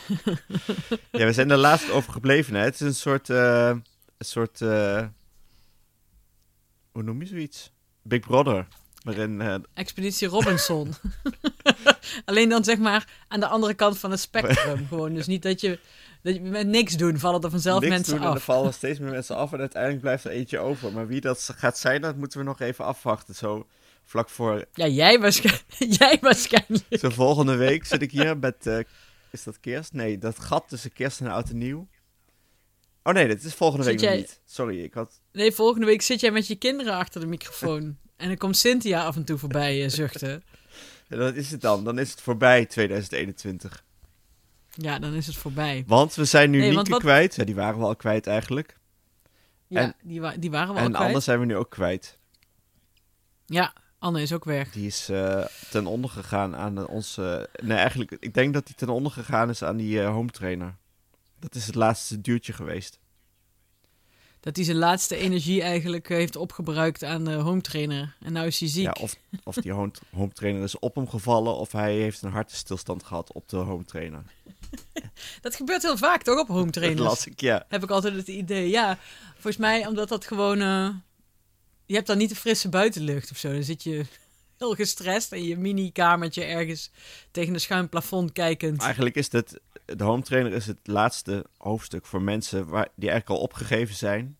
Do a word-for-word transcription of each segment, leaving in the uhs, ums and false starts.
Ja, we zijn er laatst over gebleven, hè. Het is een soort... Uh, een soort... Uh, hoe noem je zoiets? Big Brother. Waarin, uh... Expeditie Robinson. Alleen dan zeg maar aan de andere kant van het spectrum. Gewoon. Dus niet dat je, dat je met niks doen, vallen er vanzelf niks mensen doen, af. En er vallen steeds meer mensen af en uiteindelijk blijft er eentje over. Maar wie dat gaat zijn, dat moeten we nog even afwachten. Zo vlak voor... Ja, jij, waarschijn... jij waarschijnlijk. Zo volgende week zit ik hier met... Uh, is dat kerst? Nee, dat gat tussen kerst en oud en nieuw. Oh nee, dit is volgende zit week jij... nog niet. Sorry, ik had... Nee, volgende week zit jij met je kinderen achter de microfoon. En dan komt Cynthia af en toe voorbij uh, zuchten. Ja, dat is het dan. Dan is het voorbij tweeduizend eenentwintig. Ja, dan is het voorbij. Want we zijn nu nee, Nienke wat... kwijt. Ja, die waren we al kwijt eigenlijk. Ja, en, die, wa- die waren we al en kwijt. En Anne zijn we nu ook kwijt. Ja, Anne is ook weg. Die is uh, ten onder gegaan aan uh, onze... Nee, eigenlijk, ik denk dat die ten onder gegaan is aan die uh, home trainer. Dat is het laatste duwtje geweest. Dat hij zijn laatste energie eigenlijk uh, heeft opgebruikt aan de home trainer. En nou is hij ziek. Ja, of, of die home, home trainer is op hem gevallen... of hij heeft een hartstilstand gehad op de home trainer. Dat gebeurt heel vaak, toch, op home trainers? Dat las ik, ja. Heb ik altijd het idee. Ja, volgens mij omdat dat gewoon... Uh, je hebt dan niet de frisse buitenlucht of zo. Dan zit je heel gestrest in je mini-kamertje ergens tegen een schuin plafond kijkend. Eigenlijk is het... De home trainer is het laatste hoofdstuk voor mensen waar, die eigenlijk al opgegeven zijn.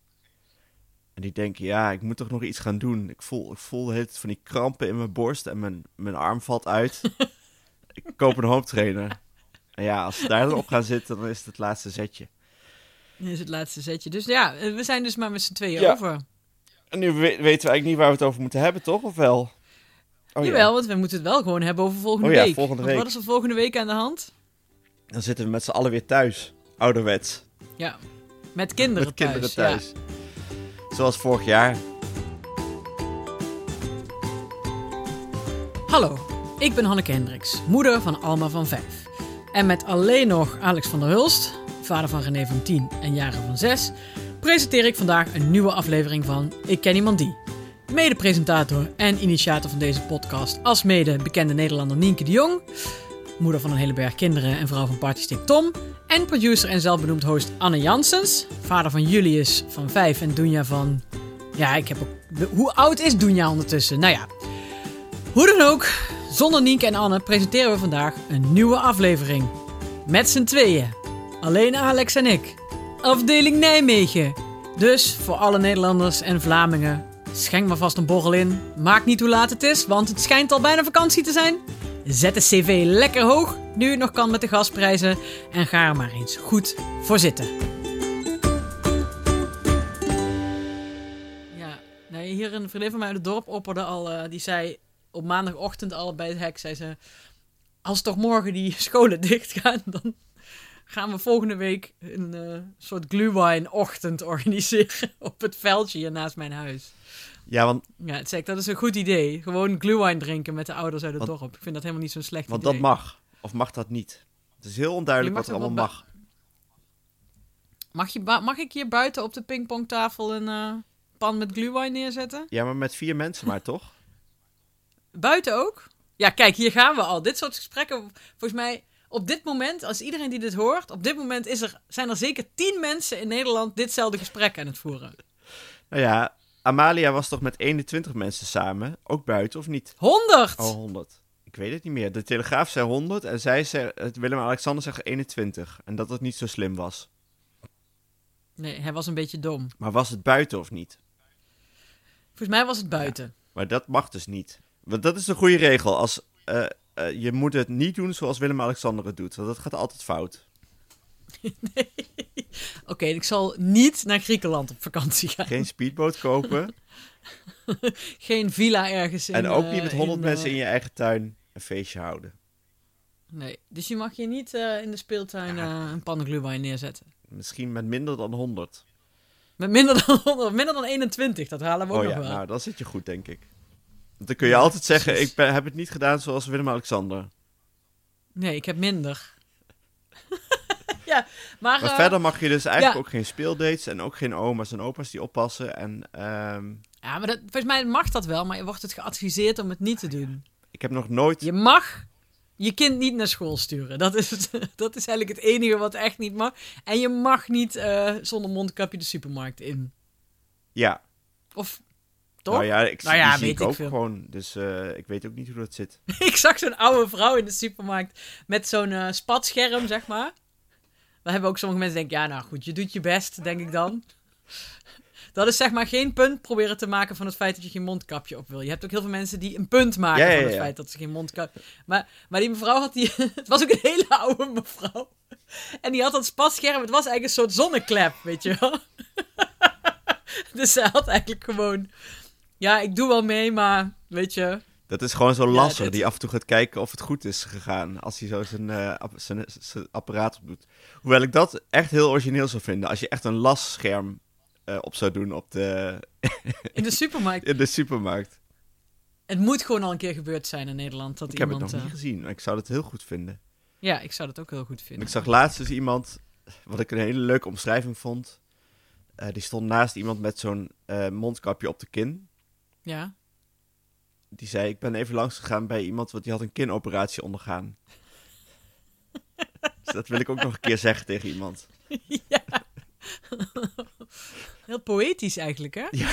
En die denken, ja, ik moet toch nog iets gaan doen. Ik voel, ik voel de hele tijd van die krampen in mijn borst en mijn, mijn arm valt uit. Ik koop een home trainer. En ja, als ze daar dan op gaan zitten, dan is het het laatste zetje. Dat is het laatste zetje. Dus ja, we zijn dus maar met z'n tweeën ja. over. En nu we- weten we eigenlijk niet waar we het over moeten hebben, toch? Of wel? Oh, Jawel, ja. Want we moeten het wel gewoon hebben over volgende oh, ja, week. Volgende want week. wat is er volgende week aan de hand? Dan zitten we met z'n allen weer thuis. Ouderwets. Ja, met kinderen met kinderen thuis. thuis. Ja. Zoals vorig jaar. Hallo, ik ben Hanneke Hendricks, moeder van Alma van vijf. En met alleen nog Alex van der Hulst, vader van René van tien en Jaren van zes... presenteer ik vandaag een nieuwe aflevering van Ik Ken Iemand Die. Mede-presentator en initiator van deze podcast als mede bekende Nederlander Nienke de Jong... moeder van een hele berg kinderen en vrouw van Partystick Tom... en producer en zelfbenoemd host Anne Janssens... vader van Julius van vijf en Dunja van... Ja, ik heb ook... Hoe oud is Dunja ondertussen? Nou ja, hoe dan ook... Zonder Nienke en Anne presenteren we vandaag een nieuwe aflevering. Met z'n tweeën. Alleen Alex en ik. Afdeling Nijmegen. Dus voor alle Nederlanders en Vlamingen... schenk maar vast een borrel in. Maakt niet hoe laat het is, want het schijnt al bijna vakantie te zijn... Zet de cv lekker hoog, nu het nog kan met de gasprijzen. En ga er maar eens goed voor zitten. Ja, nou, hier een vriendin van mij uit het dorp opperde al. Uh, die zei op maandagochtend al bij het hek. Zei ze, als toch morgen die scholen dicht gaan... dan gaan we volgende week een uh, soort glühwein-ochtend organiseren... op het veldje hier naast mijn huis. Ja, want... Ja, het zeg, dat is een goed idee. Gewoon glühwein drinken met de ouders uit het want, dorp. Ik vind dat helemaal niet zo'n slecht want idee. Want dat mag. Of mag dat niet? Het is heel onduidelijk wat er allemaal ba- mag. Mag, je ba- mag ik hier buiten op de pingpongtafel een uh, pan met glühwein neerzetten? Ja, maar met vier mensen maar, toch? Buiten ook? Ja, kijk, hier gaan we al. Dit soort gesprekken, volgens mij... Op dit moment, als iedereen die dit hoort... Op dit moment is er, zijn er zeker tien mensen in Nederland... ditzelfde gesprek aan het voeren. Nou ja... Amalia was toch met eenentwintig mensen samen? Ook buiten, of niet? honderd! Oh, honderd. Ik weet het niet meer. De Telegraaf zei honderd en zij zei, Willem en Alexander zeggen eenentwintig. En dat het niet zo slim was. Nee, hij was een beetje dom. Maar was het buiten of niet? Volgens mij was het buiten. Ja, maar dat mag dus niet. Want dat is de goede regel. Als, uh, uh, je moet het niet doen zoals Willem en Alexander het doet. Want dat gaat altijd fout. Nee. Oké, okay, ik zal niet naar Griekenland op vakantie gaan. Geen speedboot kopen. Geen villa ergens in... En ook niet met uh, honderd in, mensen uh... in je eigen tuin een feestje houden. Nee, dus je mag je niet uh, in de speeltuin ja. uh, een pan glühwein neerzetten. Misschien met minder dan honderd. Met minder dan honderd, minder dan eenentwintig, dat halen we ook oh, nog ja, wel. Nou, dan zit je goed, denk ik. Want dan kun je ja, altijd zeggen, precies. ik ben, heb het niet gedaan zoals Willem-Alexander. Nee, ik heb minder. ja, maar... Maar uh, verder mag je dus eigenlijk ja. ook geen speeldates en ook geen oma's en opa's die oppassen. En, um... Ja, maar dat, volgens mij mag dat wel, maar je wordt het geadviseerd om het niet te doen. Ik heb nog nooit... Je mag, je kind niet naar school sturen. Dat is, het, dat is eigenlijk het enige wat echt niet mag. En je mag niet uh, zonder mondkapje de supermarkt in. Ja. Of, toch? Nou ja, ik, nou ja, die zie weet ik ik ook veel. gewoon. Dus uh, ik weet ook niet hoe dat zit. Ik zag zo'n oude vrouw in de supermarkt met zo'n uh, spatscherm, zeg maar. Dan hebben ook sommige mensen denken, ja, nou goed, je doet je best, denk ik dan. Dat is zeg maar geen punt proberen te maken van het feit dat je geen mondkapje op wil. Je hebt ook heel veel mensen die een punt maken ja, ja, ja. van het feit dat ze geen mondkapje... Maar, maar die mevrouw had die... Het was ook een hele oude mevrouw. En die had dat spatscherm. Het was eigenlijk een soort zonneklep, weet je wel. Dus ze had eigenlijk gewoon... Ja, ik doe wel mee, maar weet je... Dat is gewoon zo'n lasser ja, dit... die af en toe gaat kijken of het goed is gegaan. Als hij zo zijn, uh, app- zijn, zijn apparaat op doet. Hoewel ik dat echt heel origineel zou vinden. Als je echt een lasscherm uh, op zou doen op de... in de supermarkt. In de supermarkt. Het moet gewoon al een keer gebeurd zijn in Nederland. Dat ik iemand, heb het nog uh... niet gezien, maar ik zou het heel goed vinden. Ja, ik zou dat ook heel goed vinden. En ik zag laatst dus iemand, wat ik een hele leuke omschrijving vond. Uh, die stond naast iemand met zo'n uh, mondkapje op de kin. Ja. Die zei, ik ben even langs gegaan bij iemand, want die had een kinoperatie ondergaan. Dus dat wil ik ook nog een keer zeggen tegen iemand. Ja. Heel poëtisch eigenlijk, hè? Ja.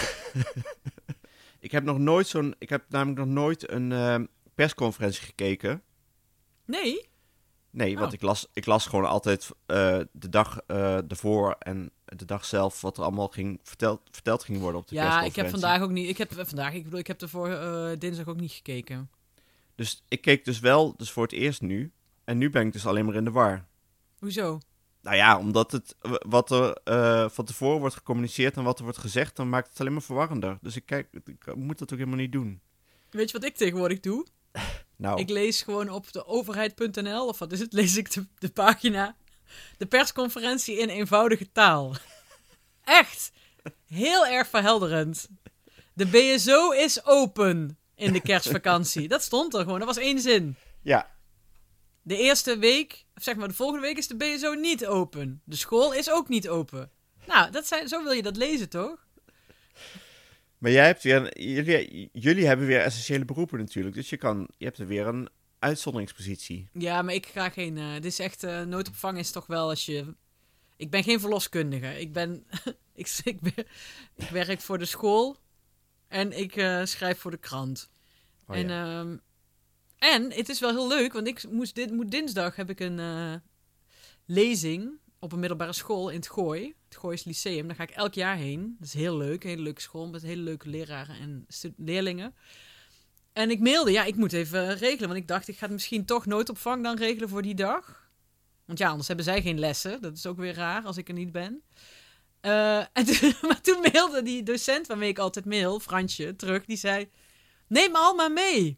Ik heb nog nooit zo'n... Ik heb namelijk nog nooit een uh, persconferentie gekeken. Nee? Nee, oh. want ik las, ik las gewoon altijd uh, de dag uh, ervoor en de dag zelf wat er allemaal ging verteld, verteld ging worden op de ja, persconferentie. Ja, ik heb vandaag ook niet... Ik heb vandaag, ik bedoel, ik heb er voor uh, dinsdag ook niet gekeken. Dus ik keek dus wel, dus voor het eerst nu. En nu ben ik dus alleen maar in de war. Hoezo? Nou ja, omdat het wat er uh, van tevoren wordt gecommuniceerd en wat er wordt gezegd, dan maakt het alleen maar verwarrender. Dus ik kijk, ik moet dat ook helemaal niet doen. Weet je wat ik tegenwoordig doe? Nou. Ik lees gewoon op de overheid punt n l, of wat is het, lees ik de, de pagina, de persconferentie in eenvoudige taal. Echt. Heel erg verhelderend. De B S O is open in de kerstvakantie. Dat stond er gewoon, dat was één zin. Ja. De eerste week, of zeg maar de volgende week is de B S O niet open. De school is ook niet open. Nou, dat zijn, zo wil je dat lezen, toch? Maar jij hebt weer, jullie, jullie hebben weer essentiële beroepen natuurlijk. Dus je, kan, je hebt er weer een uitzonderingspositie. Ja, maar ik ga geen... Uh, dit is echt... Uh, noodopvang is toch wel als je... Ik ben geen verloskundige. Ik ben... ik, ik, ben ik werk voor de school. En ik uh, schrijf voor de krant. Oh, en, ja. um, en het is wel heel leuk, want ik moest dit, moet dinsdag heb ik een uh, lezing op een middelbare school in het Gooi. Het Goois Lyceum. Daar ga ik elk jaar heen. Dat is heel leuk. Een hele leuke school met hele leuke leraren en stu- leerlingen. En ik mailde, ja, ik moet even regelen. Want ik dacht, ik ga misschien toch noodopvang dan regelen voor die dag. Want ja, anders hebben zij geen lessen. Dat is ook weer raar als ik er niet ben. Uh, en toen, maar toen mailde die docent waarmee ik altijd mail, Fransje, terug. Die zei, neem Alma mee.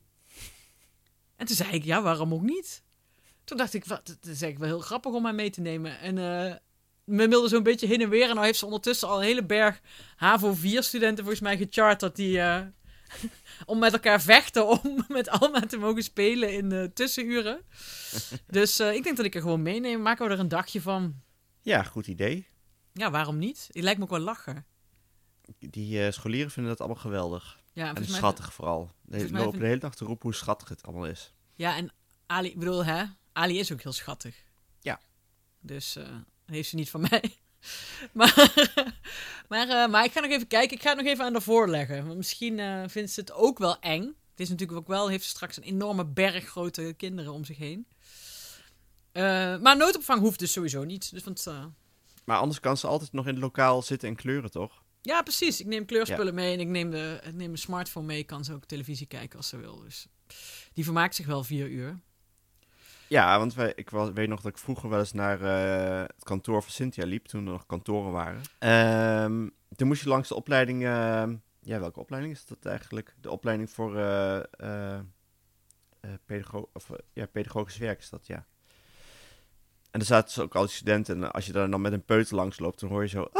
En toen zei ik, ja, waarom ook niet? Toen dacht ik, wat, dat is eigenlijk wel heel grappig om haar mee te nemen. En uh, me mailde zo'n beetje heen en weer. En nou heeft ze ondertussen al een hele berg HAVO vier studenten volgens mij gecharterd die... Uh, om met elkaar vechten om met Alma te mogen spelen in de tussenuren. Dus uh, ik denk dat ik er gewoon meeneem. Maken we er een dagje van. Ja, goed idee. Ja, waarom niet? Het lijkt me ook wel lachen. Die uh, scholieren vinden dat allemaal geweldig. Ja, en schattig mij... vooral. Ze lopen vind... de hele dag te roepen hoe schattig het allemaal is. Ja, en Ali, ik bedoel, hè? Ali is ook heel schattig. Ja. Dus uh, heeft ze niet van mij. maar, maar, uh, maar ik ga nog even kijken. Ik ga het nog even aan haar voorleggen. Want misschien uh, vindt ze het ook wel eng. Het is natuurlijk ook wel... Heeft ze straks een enorme berg grote kinderen om zich heen. Uh, maar noodopvang hoeft dus sowieso niet. Dus, want, uh... Maar anders kan ze altijd nog in het lokaal zitten en kleuren, toch? Ja, precies. Ik neem kleurspullen ja. mee en ik neem, de, ik neem mijn smartphone mee. Kan ze ook televisie kijken als ze wil. Dus die vermaakt zich wel vier uur. Ja, want wij, ik was, weet nog dat ik vroeger wel eens naar uh, het kantoor van Cynthia liep, toen er nog kantoren waren. Um, toen moest je langs de opleiding, uh, ja, welke opleiding is dat eigenlijk? De opleiding voor uh, uh, uh, pedago- of, uh, ja, pedagogisch werk is dat, ja. En er zaten dus ook al die studenten en als je daar dan met een peuter langs loopt, dan hoor je zo...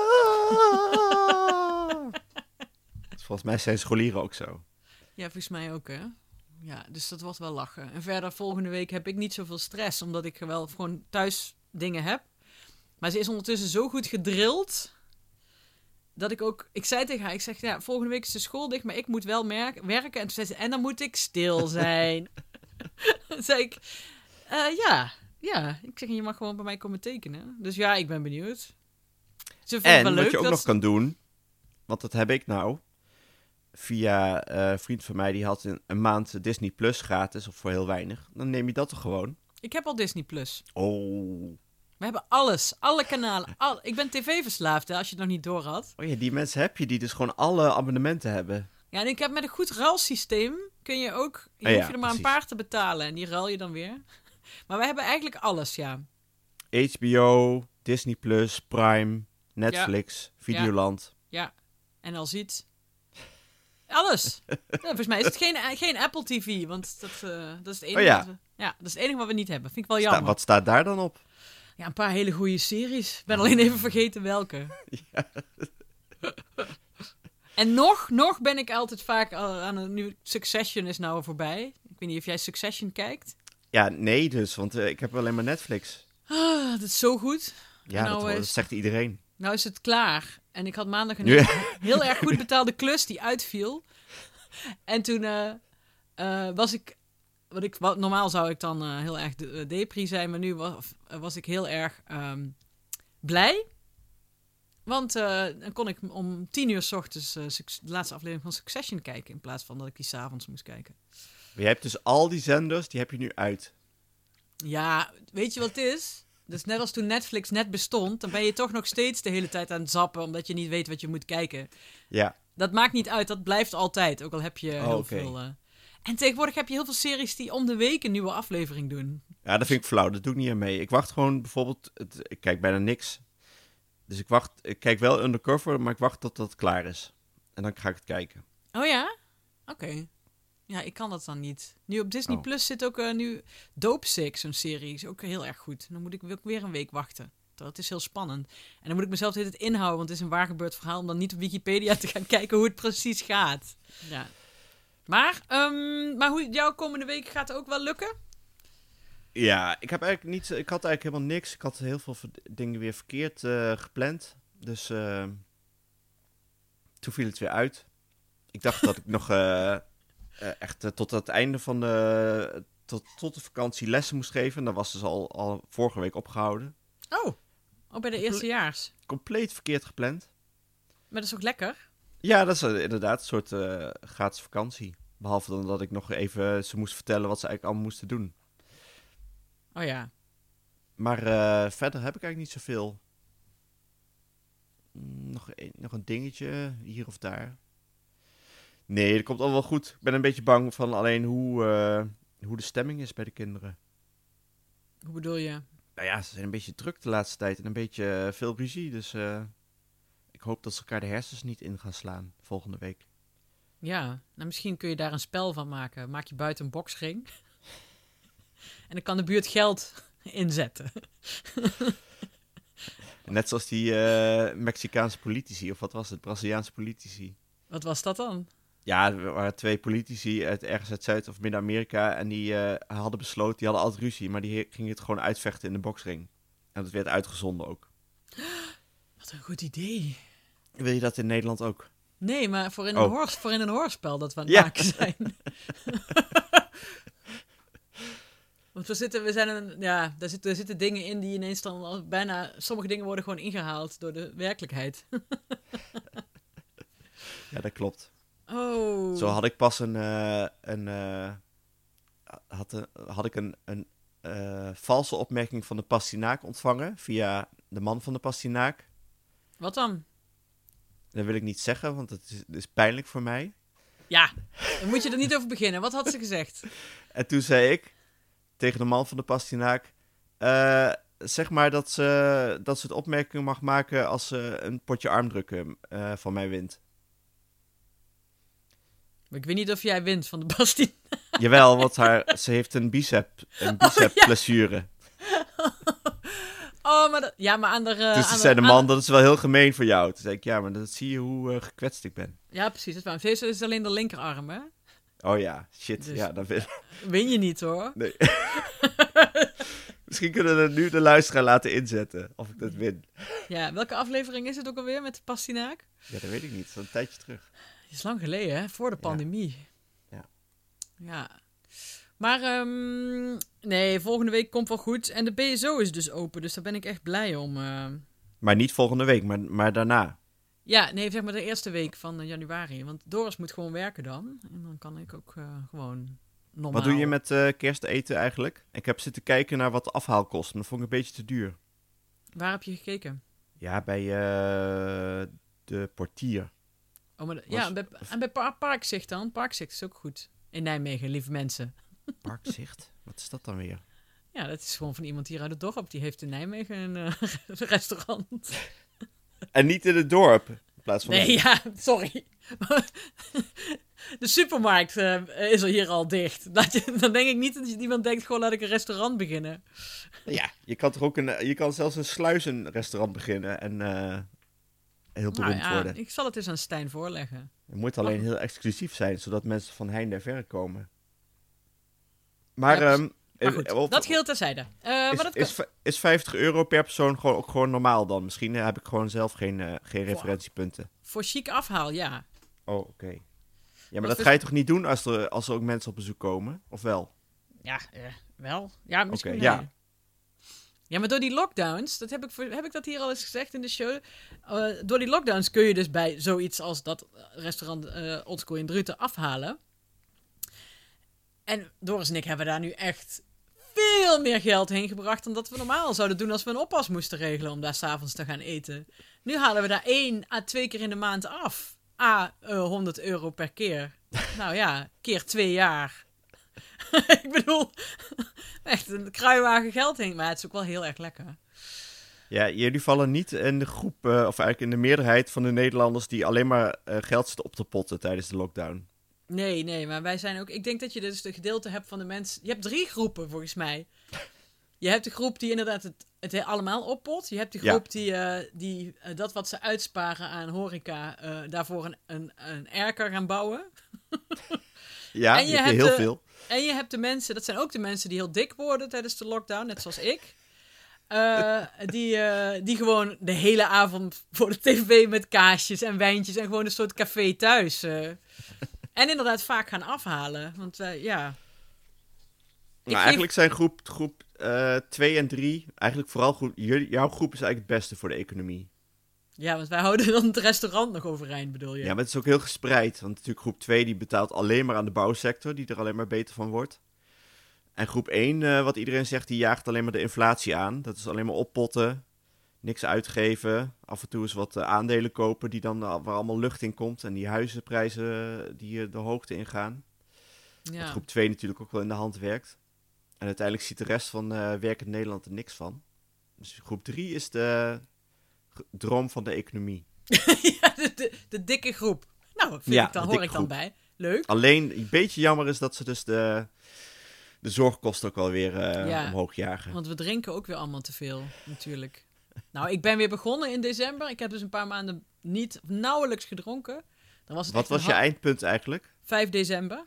Dus volgens mij zijn scholieren ook zo. Ja, volgens mij ook, hè. Ja, dus dat wordt wel lachen. En verder, volgende week heb ik niet zoveel stress, omdat ik wel gewoon thuis dingen heb. Maar ze is ondertussen zo goed gedrild, dat ik ook... Ik zei tegen haar, ik zeg, ja, volgende week is de school dicht, maar ik moet wel merk, werken. En toen zei ze, en dan moet ik stil zijn. Dan zei ik, uh, ja, ja. Ik zeg, je mag gewoon bij mij komen tekenen. Dus ja, ik ben benieuwd. Ze en wel wat leuk je ook dat nog ze... kan doen, want dat heb ik nou, via uh, een vriend van mij, die had een, een maand Disney Plus gratis, of voor heel weinig. Dan neem je dat toch gewoon. Ik heb al Disney Plus. Oh. We hebben alles, alle kanalen. Al... Ik ben tv-verslaafd, hè, als je het nog niet door had. Oh ja, die mensen heb je die dus gewoon alle abonnementen hebben. Ja, en ik heb met een goed ruilsysteem kun je ook... Je oh ja, hoef je er maar precies. een paar te betalen en die ruil je dan weer. Maar wij hebben eigenlijk alles, ja. H B O, Disney Plus, Prime, Netflix, ja. Videoland. Ja, ja. En al ziet... Alles. Ja, volgens mij is het geen, geen Apple T V, want dat, uh, dat is het enige oh ja. wat we... Ja, dat is het enige wat we niet hebben. Vind ik wel jammer. Sta, wat staat daar dan op? Ja, een paar hele goede series. Ik ben alleen even vergeten welke. Ja. En nog, nog ben ik altijd vaak aan een... Nu Succession is nou voorbij. Ik weet niet of jij Succession kijkt. Ja, nee dus, want uh, ik heb alleen maar Netflix. Ah, dat is zo goed. Ja, nou dat, is, dat zegt iedereen. Nou is het klaar. En ik had maandag een Ja. heel erg goed betaalde klus die uitviel. En toen uh, uh, was ik... Wat ik wat, normaal zou ik dan uh, heel erg de, uh, depri zijn, maar nu was, uh, was ik heel erg um, blij. Want uh, dan kon ik om tien uur 's ochtends uh, de laatste aflevering van Succession kijken, in plaats van dat ik die 's avonds moest kijken. Maar je hebt dus al die zenders, die heb je nu uit. Ja, weet je wat het is? Dus net als toen Netflix net bestond, dan ben je toch nog steeds de hele tijd aan het zappen, omdat je niet weet wat je moet kijken. Ja. Dat maakt niet uit, dat blijft altijd, ook al heb je oh, heel okay. veel... Uh... En tegenwoordig heb je heel veel series die om de week een nieuwe aflevering doen. Ja, dat vind ik flauw, dat doe ik niet aan mee. Ik wacht gewoon bijvoorbeeld, het, ik kijk bijna niks. Dus ik wacht, ik kijk wel Undercover, maar ik wacht tot dat klaar is. En dan ga ik het kijken. Oh ja? Oké. Okay. Ja, ik kan dat dan niet. Nu op Disney oh. Plus zit ook uh, nu Dope Sick, zo'n serie. Is ook heel erg goed. Dan moet ik weer een week wachten. Het is heel spannend. En dan moet ik mezelf het inhouden, want het is een waar gebeurd verhaal, om dan niet op Wikipedia te gaan kijken hoe het precies gaat. Ja. Maar, um, maar hoe jouw komende week gaat ook wel lukken? Ja, ik heb eigenlijk niet, ik had eigenlijk helemaal niks. Ik had heel veel dingen weer verkeerd uh, gepland. Dus uh, toen viel het weer uit. Ik dacht dat ik nog uh, uh, echt uh, tot het einde van de, tot, tot de vakantie lessen moest geven. En dat was dus al, al vorige week opgehouden. Oh, oh bij de eerstejaars. Compleet verkeerd gepland. Maar dat is ook lekker? Ja, dat is uh, inderdaad een soort uh, gratis vakantie. Behalve dan dat ik nog even ze moest vertellen wat ze eigenlijk allemaal moesten doen. Oh ja. Maar uh, verder heb ik eigenlijk niet zoveel. Nog een, nog een dingetje hier of daar. Nee, dat komt allemaal wel goed. Ik ben een beetje bang van alleen hoe, uh, hoe de stemming is bij de kinderen. Hoe bedoel je? Nou ja, ze zijn een beetje druk de laatste tijd en een beetje uh, veel ruzie. Dus uh, ik hoop dat ze elkaar de hersens niet in gaan slaan volgende week. Ja, nou misschien kun je daar een spel van maken. Maak je buiten een boksring. En dan kan de buurt geld inzetten. Net zoals die uh, Mexicaanse politici, of wat was het? Braziliaanse politici. Wat was dat dan? Ja, er waren twee politici uit ergens uit Zuid- of Midden-Amerika. En die uh, hadden besloten, die hadden altijd ruzie. Maar die gingen het gewoon uitvechten in de boksring. En dat werd uitgezonden ook. Wat een goed idee. Wil je dat in Nederland ook? Nee, maar voor in, oh. een, hoors, voor in een hoorspel dat we aan het ja. maken zijn. Want we zitten, we zijn een, ja, daar zitten, er zitten dingen in die ineens dan bijna, sommige dingen worden gewoon ingehaald door de werkelijkheid. Ja, dat klopt. Oh. Zo had ik pas een, uh, een, uh, had, een had ik een, een uh, valse opmerking van de pastinaak ontvangen via de man van de pastinaak. Wat dan? Dat wil ik niet zeggen, want het is, het is pijnlijk voor mij. Ja, dan moet je er niet over beginnen. Wat had ze gezegd? En toen zei ik tegen de man van de pastinaak, uh, zeg maar dat ze, dat ze het opmerking mag maken als ze een potje armdrukken uh, van mij wint. Maar ik weet niet of jij wint van de pastinaak. Jawel, want haar, ze heeft een bicep, een bicep oh, ja. blessure. Oh, maar dat, ja, maar aan de... Uh, dus toen zei de man, de... dat is wel heel gemeen voor jou. Toen zei ik, ja, maar dat zie je hoe uh, gekwetst ik ben. Ja, precies. Dat is waar. Ze is alleen de linkerarm, hè? Oh ja, shit. Dus, ja, dan wil... win je niet, hoor. Nee. Misschien kunnen we nu de luisteraar laten inzetten, of ik dat win. Ja, welke aflevering is het ook alweer met de pastinaak? Ja, dat weet ik niet. Dat is een tijdje terug. Het is lang geleden, hè? Voor de pandemie. Ja. Ja. Maar um, nee, volgende week komt wel goed. En de B S O is dus open, dus daar ben ik echt blij om. Uh... Maar niet volgende week, maar, maar daarna. Ja, nee, zeg maar de eerste week van uh, januari. Want Doris moet gewoon werken dan. En dan kan ik ook uh, gewoon normaal... Wat doe je met uh, kersteten eigenlijk? Ik heb zitten kijken naar wat de afhaal kost, maar dat vond ik een beetje te duur. Waar heb je gekeken? Ja, bij uh, de portier. Oh, maar de, Was, ja, en bij, en bij Par- Parkzicht dan. Parkzicht is ook goed. In Nijmegen, lieve mensen. Parkzicht? Wat is dat dan weer? Ja, dat is gewoon van iemand hier uit het dorp. Die heeft in Nijmegen een uh, restaurant. En niet in het dorp? In plaats van nee, ja, sorry. De supermarkt uh, is er hier al dicht. Laat je, dan denk ik niet dat iemand denkt, gewoon laat ik een restaurant beginnen. Ja, je kan toch ook een, je kan zelfs een sluizenrestaurant beginnen en uh, heel beroemd nou, ja, worden. Ik zal het eens aan Stijn voorleggen. Het moet alleen oh. heel exclusief zijn, zodat mensen van heinde en verre komen. Maar, ja, um, maar goed, of, dat geldt terzijde. Uh, is, maar dat is, is vijftig euro per persoon gewoon, ook gewoon normaal dan? Misschien uh, heb ik gewoon zelf geen, uh, geen wow. referentiepunten. Voor chic afhaal, ja. Oh, oké. Okay. Ja, maar dat, dat ga je toch niet doen als er, als er ook mensen op bezoek komen? Of wel? Ja, uh, wel. Ja, misschien okay, nee. ja. Ja, maar door die lockdowns, dat heb ik, heb ik dat hier al eens gezegd in de show? Uh, door die lockdowns kun je dus bij zoiets als dat restaurant uh, Oldschool in Druten afhalen. En Doris en ik hebben daar nu echt veel meer geld heen gebracht dan dat we normaal zouden doen als we een oppas moesten regelen om daar 's avonds te gaan eten. Nu halen we daar één à twee keer in de maand af. A, uh, honderd euro per keer. Nou ja, keer twee jaar. Ik bedoel, echt een kruiwagen geld heen. Maar het is ook wel heel erg lekker. Ja, jullie vallen niet in de groep, uh, of eigenlijk in de meerderheid van de Nederlanders die alleen maar uh, geld zitten op te potten tijdens de lockdown. Nee, nee, maar wij zijn ook... Ik denk dat je dus de gedeelte hebt van de mensen... Je hebt drie groepen, volgens mij. Je hebt de groep die inderdaad het, het allemaal oppot. Je hebt de groep ja. die, uh, die uh, dat wat ze uitsparen aan horeca... Uh, daarvoor een, een, een erker gaan bouwen. Ja, en je, je hebt hebt heel de, veel. En je hebt de mensen... Dat zijn ook de mensen die heel dik worden tijdens de lockdown, net zoals ik. Uh, die, uh, die gewoon de hele avond voor de tv met kaasjes en wijntjes... en gewoon een soort café thuis... Uh, En inderdaad vaak gaan afhalen. Want uh, ja... Nou, ik eigenlijk geef... zijn groep, groep twee uh, en drie... Eigenlijk vooral groep... Jullie, jouw groep is eigenlijk het beste voor de economie. Ja, want wij houden dan het restaurant nog overeind, bedoel je? Ja, maar het is ook heel gespreid. Want natuurlijk groep twee die betaalt alleen maar aan de bouwsector... die er alleen maar beter van wordt. En groep één, uh, wat iedereen zegt... die jaagt alleen maar de inflatie aan. Dat is alleen maar oppotten... Niks uitgeven, af en toe eens wat uh, aandelen kopen die dan, uh, waar allemaal lucht in komt. En die huizenprijzen uh, die uh, de hoogte ingaan. Ja. Wat groep twee natuurlijk ook wel in de hand werkt. En uiteindelijk ziet de rest van uh, werkend Nederland er niks van. Dus groep drie is de g- droom van de economie. Ja, de, de, de dikke groep. Nou, vind ja, ik dan, hoor ik dan bij. Leuk. Alleen een beetje jammer is dat ze dus de, de zorgkosten ook wel weer uh, ja, omhoog jagen. Want we drinken ook weer allemaal te veel, natuurlijk. Nou, ik ben weer begonnen in december. Ik heb dus een paar maanden niet, nauwelijks gedronken. Dan was het Wat was je ha- eindpunt eigenlijk? vijf december.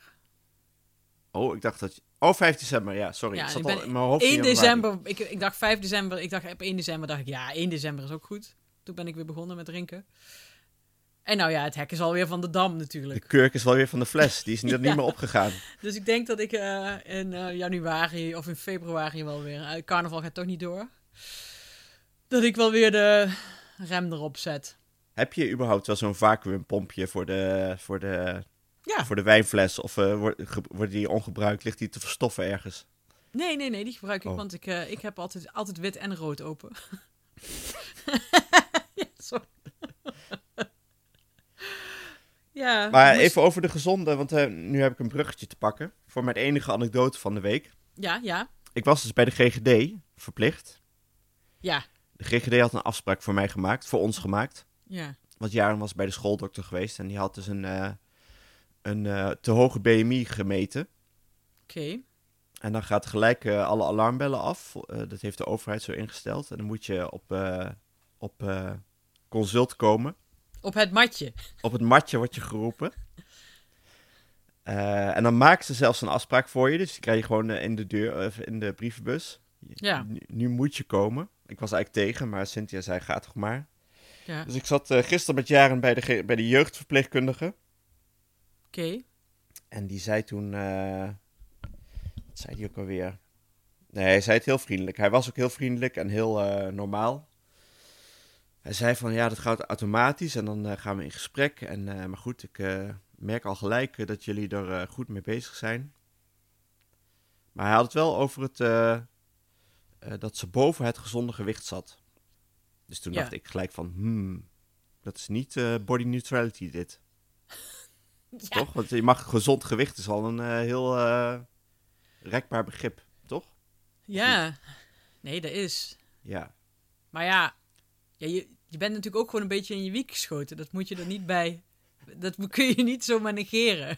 Oh, ik dacht dat je... Oh, vijf december, ja, sorry. Ja, ik zat ik ben al in mijn hoofd. één december, ik, ik dacht vijf december, ik dacht op één december dacht ik, ja, één december is ook goed. Toen ben ik weer begonnen met drinken. En nou ja, het hek is alweer van de dam natuurlijk. De kurk is wel weer van de fles, die is niet, ja. niet meer opgegaan. Dus ik denk dat ik uh, in uh, januari of in februari wel weer... Uh, carnaval gaat toch niet door. Dat ik wel weer de rem erop zet. Heb je überhaupt wel zo'n vacuümpompje voor de, voor de, ja. voor de wijnfles? Of uh, wordt, ge, wordt die ongebruikt? Ligt die te verstoffen ergens? Nee, nee, nee, die gebruik ik. Oh. Want ik, uh, ik heb altijd, altijd wit en rood open. Ja, sorry. Ja, maar moest... even over de gezonde, want uh, nu heb ik een bruggetje te pakken. Voor mijn enige anekdote van de week. Ja, ja. Ik was dus bij de G G D verplicht. Ja. De G G D had een afspraak voor mij gemaakt, voor ons gemaakt. Ja. Want Jaren was bij de schooldokter geweest en die had dus een, uh, een uh, te hoge B M I gemeten. Oké. Okay. En dan gaat gelijk uh, alle alarmbellen af. Uh, dat heeft de overheid zo ingesteld. En dan moet je op, uh, op uh, consult komen. Op het matje. Op het matje word je geroepen. Uh, en dan maken ze zelfs een afspraak voor je. Dus die krijg je gewoon uh, in de deur, uh, in de brievenbus. Ja. Nu, nu moet je komen. Ik was eigenlijk tegen, maar Cynthia zei, ga toch maar. Ja. Dus ik zat uh, gisteren met Jaren bij de, bij de jeugdverpleegkundige. Oké. Okay. En die zei toen... Uh, zei hij ook alweer? Nee, hij zei het heel vriendelijk. Hij was ook heel vriendelijk en heel uh, normaal. Hij zei van, ja, dat gaat automatisch en dan uh, gaan we in gesprek. En, uh, maar goed, ik uh, merk al gelijk uh, dat jullie er uh, goed mee bezig zijn. Maar hij had het wel over het, uh, uh, dat ze boven het gezonde gewicht zat. Dus toen ja. dacht ik gelijk van, hmm, dat is niet uh, body neutrality dit. Ja. Toch? Want je mag gezond gewicht is al een uh, heel uh, rekbaar begrip, toch? Ja, nee, dat is. Ja. Maar ja, ja je, je bent natuurlijk ook gewoon een beetje in je wiek geschoten. Dat moet je er niet bij, dat kun je niet zomaar negeren.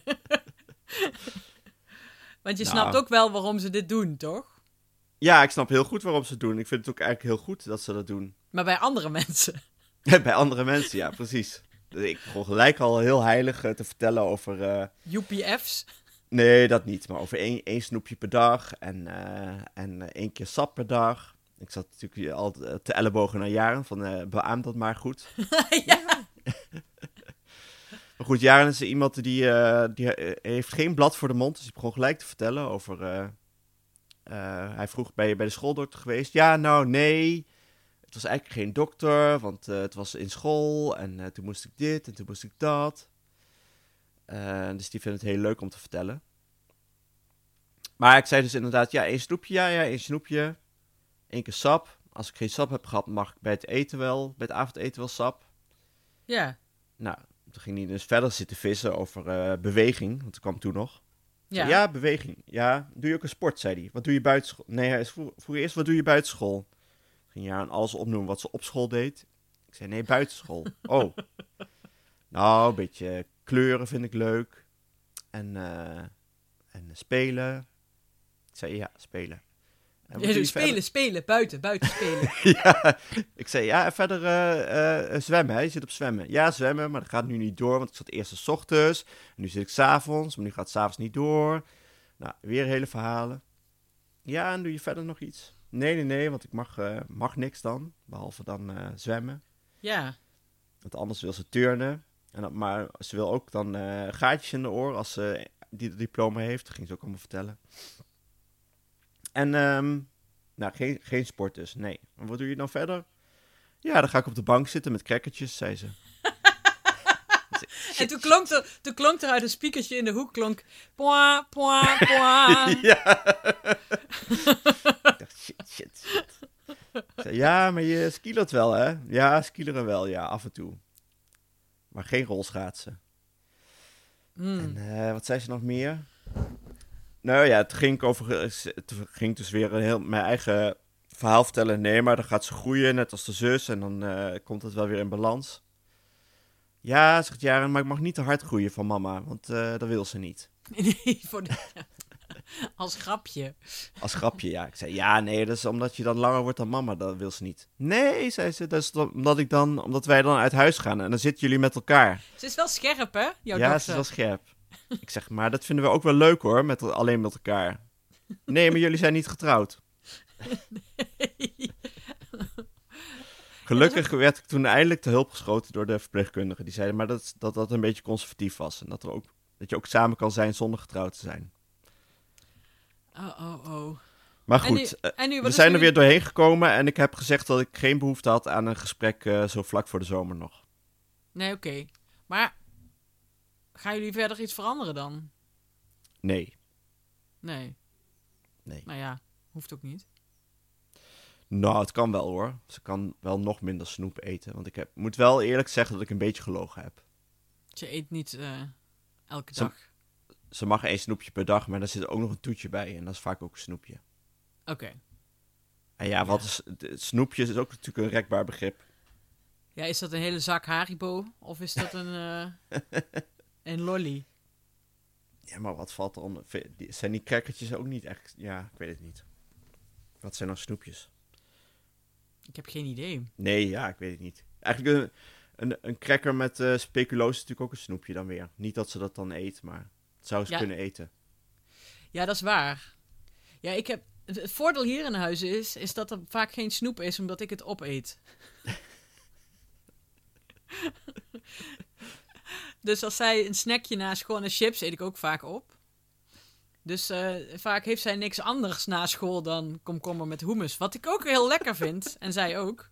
Want je nou. snapt ook wel waarom ze dit doen, toch? Ja, ik snap heel goed waarom ze het doen. Ik vind het ook eigenlijk heel goed dat ze dat doen. Maar bij andere mensen? Bij andere mensen, ja, precies. Ik begon gelijk al heel heilig uh, te vertellen over... Uh... U P F's? Nee, dat niet. Maar over één, één snoepje per dag en, uh, en uh, één keer sap per dag. Ik zat natuurlijk al te ellebogen naar Jaren van uh, beaam dat maar goed. Ja. Maar goed, Jaren is iemand die, uh, die uh, heeft geen blad voor de mond. Dus die begon gelijk te vertellen over... Uh, uh, hij vroeg, ben je bij de schooldokter geweest? Ja, nou, nee... Het was eigenlijk geen dokter, want uh, het was in school en uh, toen moest ik dit en toen moest ik dat. Uh, dus die vindt het heel leuk om te vertellen. Maar ik zei dus inderdaad, ja, één snoepje, ja, ja, één snoepje. Eén keer sap. Als ik geen sap heb gehad, mag ik bij het eten wel, bij het avondeten wel sap. Ja. Nou, toen ging hij dus verder zitten vissen over uh, beweging, want dat kwam toen nog. Ja. Zei, ja, beweging. Ja, doe je ook een sport, zei hij. Wat doe je buitenschool? Nee, hij vroeg, vroeg eerst, wat doe je buitenschool? Ging ja aan alles opnoemen wat ze op school deed. Ik zei, nee, buitenschool. Oh. Nou, een beetje kleuren vind ik leuk. En, uh, en spelen. Ik zei, ja, spelen. En ja, dus spelen, verder? spelen, buiten, buiten spelen. Ja, ik zei, ja, en verder uh, uh, zwemmen, hè? Je zit op zwemmen. Ja, zwemmen, maar dat gaat nu niet door, want ik zat eerst 's ochtends. En nu zit ik 's avonds, maar nu gaat het 's avonds niet door. Nou, weer hele verhalen. Ja, en doe je verder nog iets? Nee, nee, nee, want ik mag, uh, mag niks dan, behalve dan uh, zwemmen. Ja. Want anders wil ze turnen. En dat, maar ze wil ook dan uh, gaatjes in de oor als ze die diploma heeft. Dat ging ze ook allemaal vertellen. En, um, nou, geen, geen sport dus, nee. En wat doe je dan verder? Ja, dan ga ik op de bank zitten met crackertjes, zei ze. En toen klonk, er, toen klonk er uit een speakertje in de hoek, klonk... Poa, poa, poa. Ja. Ik dacht, shit, shit, shit. Zei, ja, maar je skilert wel, hè? Ja, skileren wel, ja, af en toe. Maar geen rolschaatsen. Mm. En uh, wat zei ze nog meer? Nou ja, het ging, over, het ging dus weer een heel, mijn eigen verhaal vertellen. Nee, maar dan gaat ze groeien, net als de zus. En dan uh, komt het wel weer in balans. Ja, zegt Jaren, maar ik mag niet te hard groeien van mama, want uh, dat wil ze niet. Nee, voor de... als grapje. Als grapje, ja. Ik zei, ja, nee, dat is omdat je dan langer wordt dan mama, dat wil ze niet. Nee, zei ze, dat is omdat, ik dan, omdat wij dan uit huis gaan en dan zitten jullie met elkaar. Ze is wel scherp, hè, jouw Ja, dochter. ze is wel scherp. Ik zeg, maar dat vinden we ook wel leuk, hoor, met, alleen met elkaar. Nee, maar jullie zijn niet getrouwd. Nee. Gelukkig werd ik toen eindelijk te hulp geschoten door de verpleegkundige. Die zeiden maar dat, dat dat een beetje conservatief was. En dat, er ook, dat je ook samen kan zijn zonder getrouwd te zijn. Oh, oh, oh. Maar goed, en nu, en nu, we zijn er weer doorheen gekomen. En ik heb gezegd dat ik geen behoefte had aan een gesprek uh, zo vlak voor de zomer nog. Nee, oké. Okay. Maar gaan jullie verder iets veranderen dan? Nee. Nee. Nee. Nou ja, hoeft ook niet. Nou, het kan wel hoor. Ze kan wel nog minder snoep eten. Want ik heb, moet wel eerlijk zeggen dat ik een beetje gelogen heb. Je eet niet uh, elke ze, dag? Ze mag één snoepje per dag, maar daar zit ook nog een toetje bij. En dat is vaak ook een snoepje. Oké. Okay. En ja, wat is, snoepjes is ook natuurlijk een rekbaar begrip. Ja, is dat een hele zak Haribo? Of is dat een, uh, een lolly? Ja, maar wat valt er onder? Zijn die crackertjes ook niet echt... Ja, ik weet het niet. Wat zijn nou snoepjes? Ik heb geen idee. Nee, ja, ik weet het niet. Eigenlijk een, een, een cracker met uh, speculoos is natuurlijk ook een snoepje dan weer. Niet dat ze dat dan eet, maar het zou ze ja. kunnen eten. Ja, dat is waar. Ja, ik heb... Het voordeel hier in huis is, is dat er vaak geen snoep is, omdat ik het opeet. Dus als zij een snackje naast gewone chips, eet ik ook vaak op. Dus uh, vaak heeft zij niks anders na school dan komkommer met hummus. Wat ik ook heel lekker vind. En zij ook.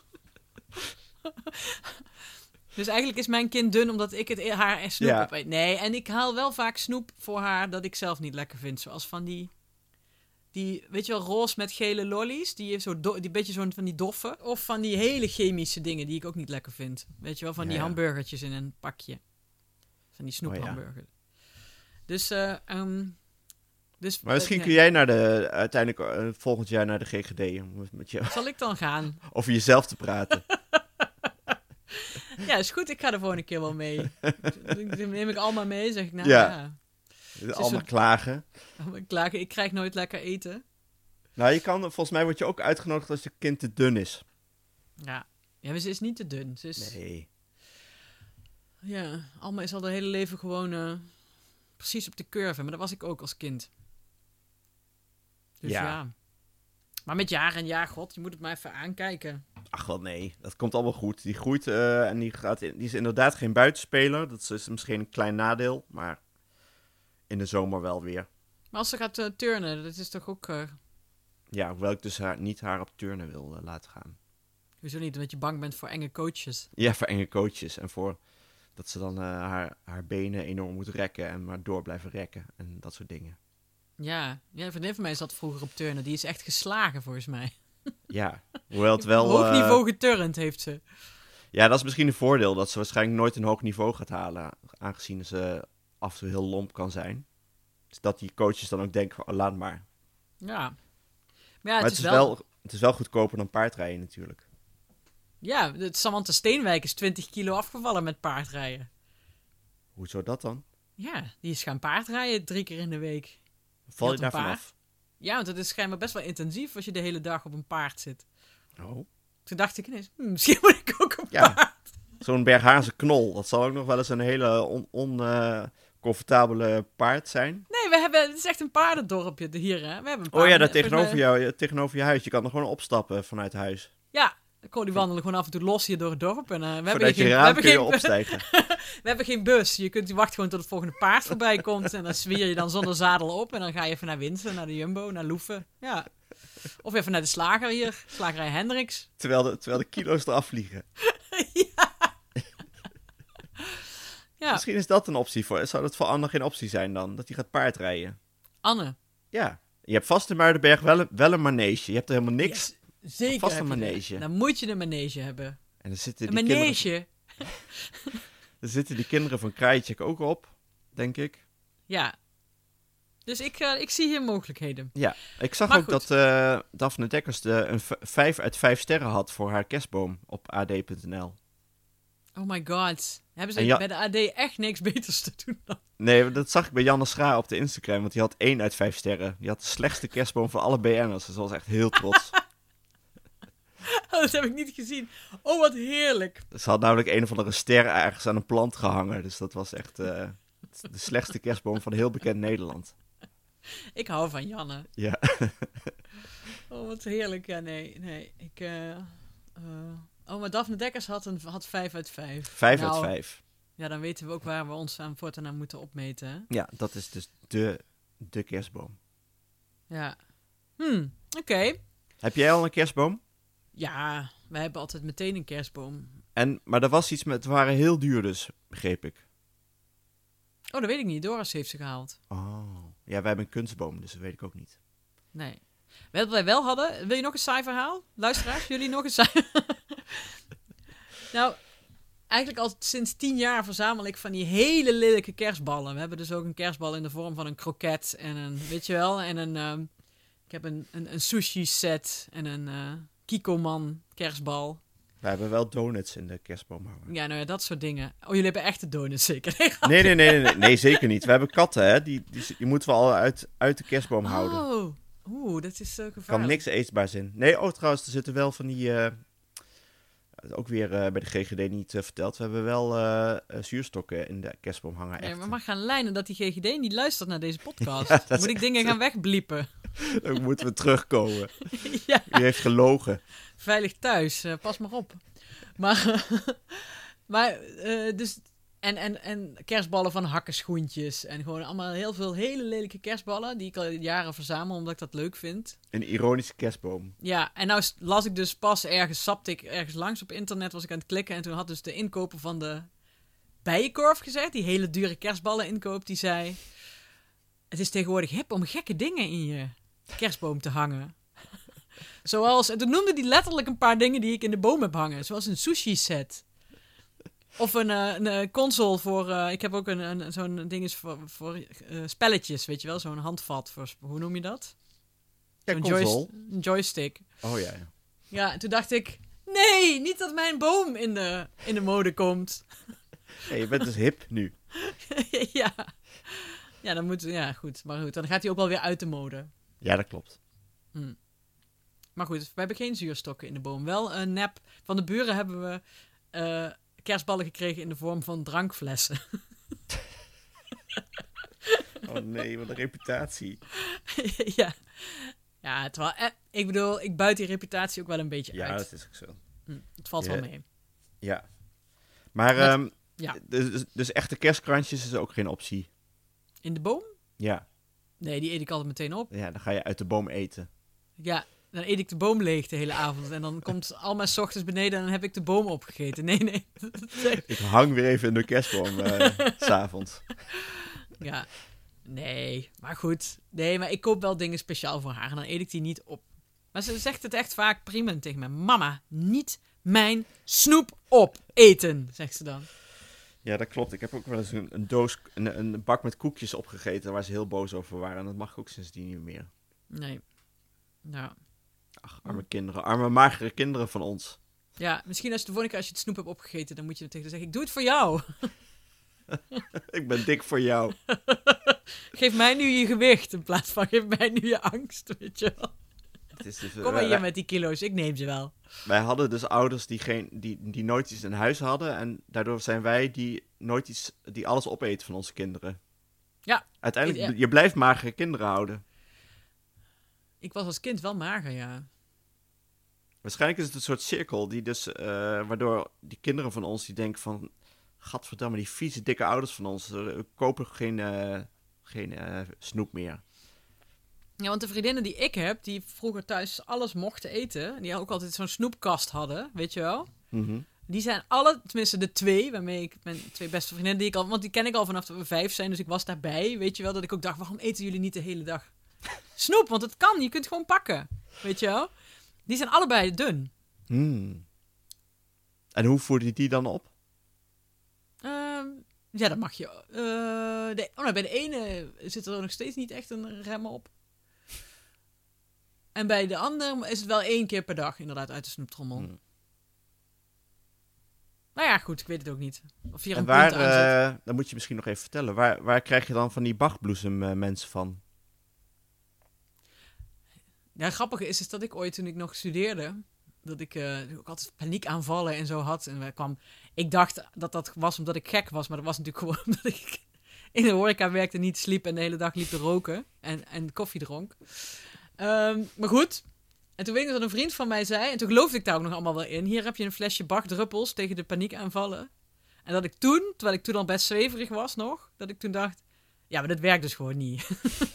Dus eigenlijk is mijn kind dun omdat ik het haar snoep Ja. opeet. Nee, en ik haal wel vaak snoep voor haar dat ik zelf niet lekker vind. Zoals van die, die weet je wel, roze met gele lollies. Die, zo do- die beetje zo'n van die doffe. Of van die hele chemische dingen die ik ook niet lekker vind. Weet je wel, van Ja, die ja. hamburgertjes in een pakje. Van die snoephamburger. Oh, ja. Dus, uh, um, dus... Maar misschien uh, kun jij naar de, uiteindelijk uh, volgend jaar naar de G G D om met je, Zal ik dan gaan? over jezelf te praten. Ja, is goed. Ik ga er volgende keer wel mee. Dan neem ik allemaal mee, zeg ik. Nou Ja. ja. Allemaal zo- klagen. Ik, klaag, ik krijg nooit lekker eten. Nou, je kan, volgens mij word je ook uitgenodigd als je kind te dun is. Ja. Ja, maar ze is niet te dun. Ze is... Nee. Ja, Alma is al haar hele leven gewoon uh, precies op de curve. Maar dat was ik ook als kind. Dus ja. Ja. Maar met jaar en jaar, god, je moet het maar even aankijken. Ach wel, nee. Dat komt allemaal goed. Die groeit uh, en die, gaat in, die is inderdaad geen buitenspeler. Dat is misschien een klein nadeel, maar in de zomer wel weer. Maar als ze gaat uh, turnen, dat is toch ook... Uh... Ja, hoewel ik dus haar, niet haar op turnen wil uh, laten gaan. Hoezo niet? Omdat je bang bent voor enge coaches. Ja, voor enge coaches en voor dat ze dan uh, haar, haar benen enorm moet rekken en maar door blijven rekken en dat soort dingen. Ja, ja, een vriendin van mij zat vroeger op turnen. Die is echt geslagen volgens mij. Ja, hoewel het wel... Hoog niveau uh, geturnd heeft ze. Ja, dat is misschien een voordeel, dat ze waarschijnlijk nooit een hoog niveau gaat halen, aangezien ze af en toe heel lomp kan zijn. Dus dat die coaches dan ook denken van, oh, laat maar. Ja. Maar, ja, maar het, het is is, wel... wel, het is wel goedkoper dan paardrijden natuurlijk. Ja, het Samantha Steenwijk is twintig kilo afgevallen met paardrijden. Hoezo dat dan? Ja, die is gaan paardrijden drie keer in de week. Val je een daarvan paard. af? Ja, want het is schijnbaar best wel intensief als je de hele dag op een paard zit. Oh. Toen dacht ik ineens, hm, misschien moet ik ook een Ja. paard. Zo'n Berghaanse knol, dat zal ook nog wel eens een hele oncomfortabele on, uh, paard zijn. Nee, we hebben, het is echt een paardendorpje hier, hè. We hebben een paard. Oh ja, daar tegenover, jou, tegenover je huis. Je kan er gewoon opstappen vanuit huis. Ja, ik kon die wandelen gewoon af en toe los hier door het dorp. En, uh, we hebben Vanuit geen, je raam we hebben kun je geen, opstijgen. We hebben geen bus. Je kunt wachten gewoon tot het volgende paard voorbij komt. En dan zwier je dan zonder zadel op. En dan ga je even naar Winsen, naar de Jumbo, naar Loeven. Ja. Of even naar de slager hier. Slagerij Hendricks. Terwijl de, terwijl de kilo's eraf vliegen. Ja. Ja. Misschien is dat een optie voor. Zou dat voor Anne geen optie zijn dan? Dat hij gaat paardrijden? Anne. Ja. Je hebt vast in Muidenberg wel een, wel een manege. Je hebt er helemaal niks. Ja, zeker. Vast een heb je manege. dat. Dan moet je een manege hebben. En dan zitten Een die kinderen, manege. er zitten die kinderen van Krajicek ook op, denk ik. Ja. Dus ik, uh, ik zie hier mogelijkheden. Ja, ik zag Maar ook goed. dat uh, Daphne Dekkers de, een v- vijf uit vijf sterren had voor haar kerstboom op a d punt n l. Oh my god. Hebben ze En ja- bij de A D echt niks beters te doen dan? Nee, dat zag ik bij Janne Schra op de Instagram, want die had één uit vijf sterren. Die had de slechtste kerstboom van alle B N'ers. Dus ze was echt heel trots. Oh, dat heb ik niet gezien. Oh, wat heerlijk. Ze had namelijk een of andere ster ergens aan een plant gehangen. Dus dat was echt uh, de slechtste kerstboom van heel bekend Nederland. Ik hou van Janne. Ja. Oh, wat heerlijk. Ja, nee, nee. Ik, uh, uh... Oh, maar Daphne Dekkers had, een, had vijf uit vijf. Vijf Nou, uit vijf. Ja, dan weten we ook waar we ons aan voortaan aan moeten opmeten. Hè? Ja, dat is dus de, de kerstboom. Ja. Hmm, oké. Okay. Heb jij al een kerstboom? Ja, wij hebben altijd meteen een kerstboom. En, maar er was iets met, het waren heel duur dus, begreep ik. Oh, dat weet ik niet. Doris heeft ze gehaald. Oh. Ja, wij hebben een kunstboom, dus dat weet ik ook niet. Nee. Wat wij wel hadden... Wil je nog een saai verhaal? Luisteraars, jullie nog een saai... Nou, eigenlijk al sinds tien jaar verzamel ik van die hele lelijke kerstballen. We hebben dus ook een kerstbal in de vorm van een kroket en een... Weet je wel? En een... Um, ik heb een, een, een sushi set en een uh, Kikoman kerstbal. We hebben wel donuts in de kerstboom hangen. Ja, nou ja, dat soort dingen. Oh, jullie hebben echte donuts zeker? Nee, nee, nee, nee, nee, nee, zeker niet. We hebben katten, hè. Die, die, die moeten we al uit, uit de kerstboom houden. Oh, oeh, dat is uh, Er gevaarlijk. kan niks eetbaars in. Nee, oh trouwens, er zitten wel van die... Uh, ook weer uh, bij de G G D niet uh, verteld. We hebben wel uh, uh, zuurstokken in de kerstboom hangen. Nee, echt. maar mag gaan lijnen dat die G G D niet luistert naar deze podcast. Ja, dat Moet ik is dingen echt- gaan wegbliepen? Dan moeten we terugkomen. Ja, U heeft gelogen. veilig thuis. Uh, pas maar op. Maar, maar uh, dus... En, en, en kerstballen van hakkenschoentjes. En gewoon allemaal heel veel hele lelijke kerstballen. Die ik al jaren verzamel, omdat ik dat leuk vind. Een ironische kerstboom. Ja, en nou las ik dus pas ergens, sapte ik ergens langs op internet, was ik aan het klikken. En toen had dus de inkoper van de Bijenkorf gezegd, die hele dure kerstballen inkoop, die zei... Het is tegenwoordig hip om gekke dingen in je kerstboom te hangen. Zoals, en toen noemde hij letterlijk een paar dingen die ik in de boom heb hangen. Zoals een sushi set. Of een, uh, een uh, console voor... Uh, ik heb ook een, een, zo'n ding is voor, voor uh, spelletjes, weet je wel? Zo'n handvat voor... Hoe noem je dat? Ja, zo'n console. joyst- een joystick. Oh ja, ja. Ja, en toen dacht ik... Nee, niet dat mijn boom in de, in de mode komt. Hey, je bent dus hip nu. ja. Ja, dan moet... Ja, goed. Maar goed, dan gaat hij ook wel weer uit de mode. Ja, dat klopt. Hm. Maar goed, we hebben geen zuurstokken in de boom. Wel een nep. Van de buren hebben we uh, kerstballen gekregen in de vorm van drankflessen. Oh nee, wat een reputatie. ja. Ja, terwijl... Eh, ik bedoel, ik buit die reputatie ook wel een beetje Ja, uit. dat is ook zo. Hm, het valt Ja. wel mee. Ja. Maar, Met- ehm, ja. dus, dus- dus echte kerstkrantjes is ook geen optie. In de boom? Ja. Nee, die eet ik altijd meteen op. Ja, dan ga je uit de boom eten. Ja, dan eet ik de boom leeg de hele avond. En dan komt Alma 's ochtends beneden en dan heb ik de boom opgegeten. Nee, nee. Ik hang weer even in de kerstboom eh, 's s'avonds. ja, nee. Maar goed. Nee, maar ik koop wel dingen speciaal voor haar en dan eet ik die niet op. Maar ze zegt het echt vaak prima tegen me. Mama, niet mijn snoep opeten, zegt ze dan. Ja, dat klopt. Ik heb ook wel eens een, een doos, een, een bak met koekjes opgegeten waar ze heel boos over waren. En dat mag ook sindsdien niet meer. Nee. Nou, Ach, arme kinderen. Arme, magere kinderen van ons. ja, misschien als je de volgende keer als je het snoep hebt opgegeten, dan moet je tegen haar zeggen, ik doe het voor jou. Ik ben dik voor jou. Geef mij nu je gewicht in plaats van geef mij nu je angst, weet je wel. Het is dus, Kom maar wij- hier met die kilo's, ik neem ze wel. Wij hadden dus ouders die, geen, die, die nooit iets in huis hadden. En daardoor zijn wij die nooit iets, die alles opeten van onze kinderen. Ja. Uiteindelijk, Ja. je blijft magere kinderen houden. Ik was als kind wel mager, ja. Waarschijnlijk is het een soort cirkel, die dus, eh, waardoor die kinderen van ons die denken van... Gadverdamme, die vieze dikke ouders van ons, eh, kopen geen, eh, geen eh, snoep meer. Ja, want de vriendinnen die ik heb, die vroeger thuis alles mochten eten, die ook altijd zo'n snoepkast hadden, weet je wel. Mhm. Die zijn alle, tenminste de twee, waarmee ik mijn twee beste vriendinnen, die ik al, want die ken ik al vanaf dat we vijf zijn, dus ik was daarbij, weet je wel, dat ik ook dacht, waarom eten jullie niet de hele dag snoep? Want het kan, je kunt het gewoon pakken, weet je wel. Die zijn allebei dun. Hmm. En hoe voerde je die dan op? Ehm, ja, dat mag je. eh, de, oh, nou, bij de ene zit er nog steeds niet echt een rem op. En bij de ander is het wel één keer per dag, inderdaad, uit de snoeptrommel. Hmm. Nou ja, goed, ik weet het ook niet. Of hier En een waar, punt aan zit. eh, dat moet je misschien nog even vertellen, waar, waar krijg je dan van die Bachbloesem eh, mensen van? Ja, grappig is, is dat ik ooit, toen ik nog studeerde, dat ik eh, ook altijd paniekaanvallen en zo had. En wij kwam, ik dacht dat dat was omdat ik gek was, maar dat was natuurlijk gewoon omdat ik in de horeca werkte, niet sliep en de hele dag liep te roken en, en koffie dronk. Ehm, maar goed, en toen weet ik nog dat een vriend van mij zei, en toen geloofde ik daar ook nog allemaal wel in, hier heb je een flesje Bach-druppels tegen de paniekaanvallen. En dat ik toen, terwijl ik toen al best zweverig was nog, dat ik toen dacht, ja, maar dat werkt dus gewoon niet.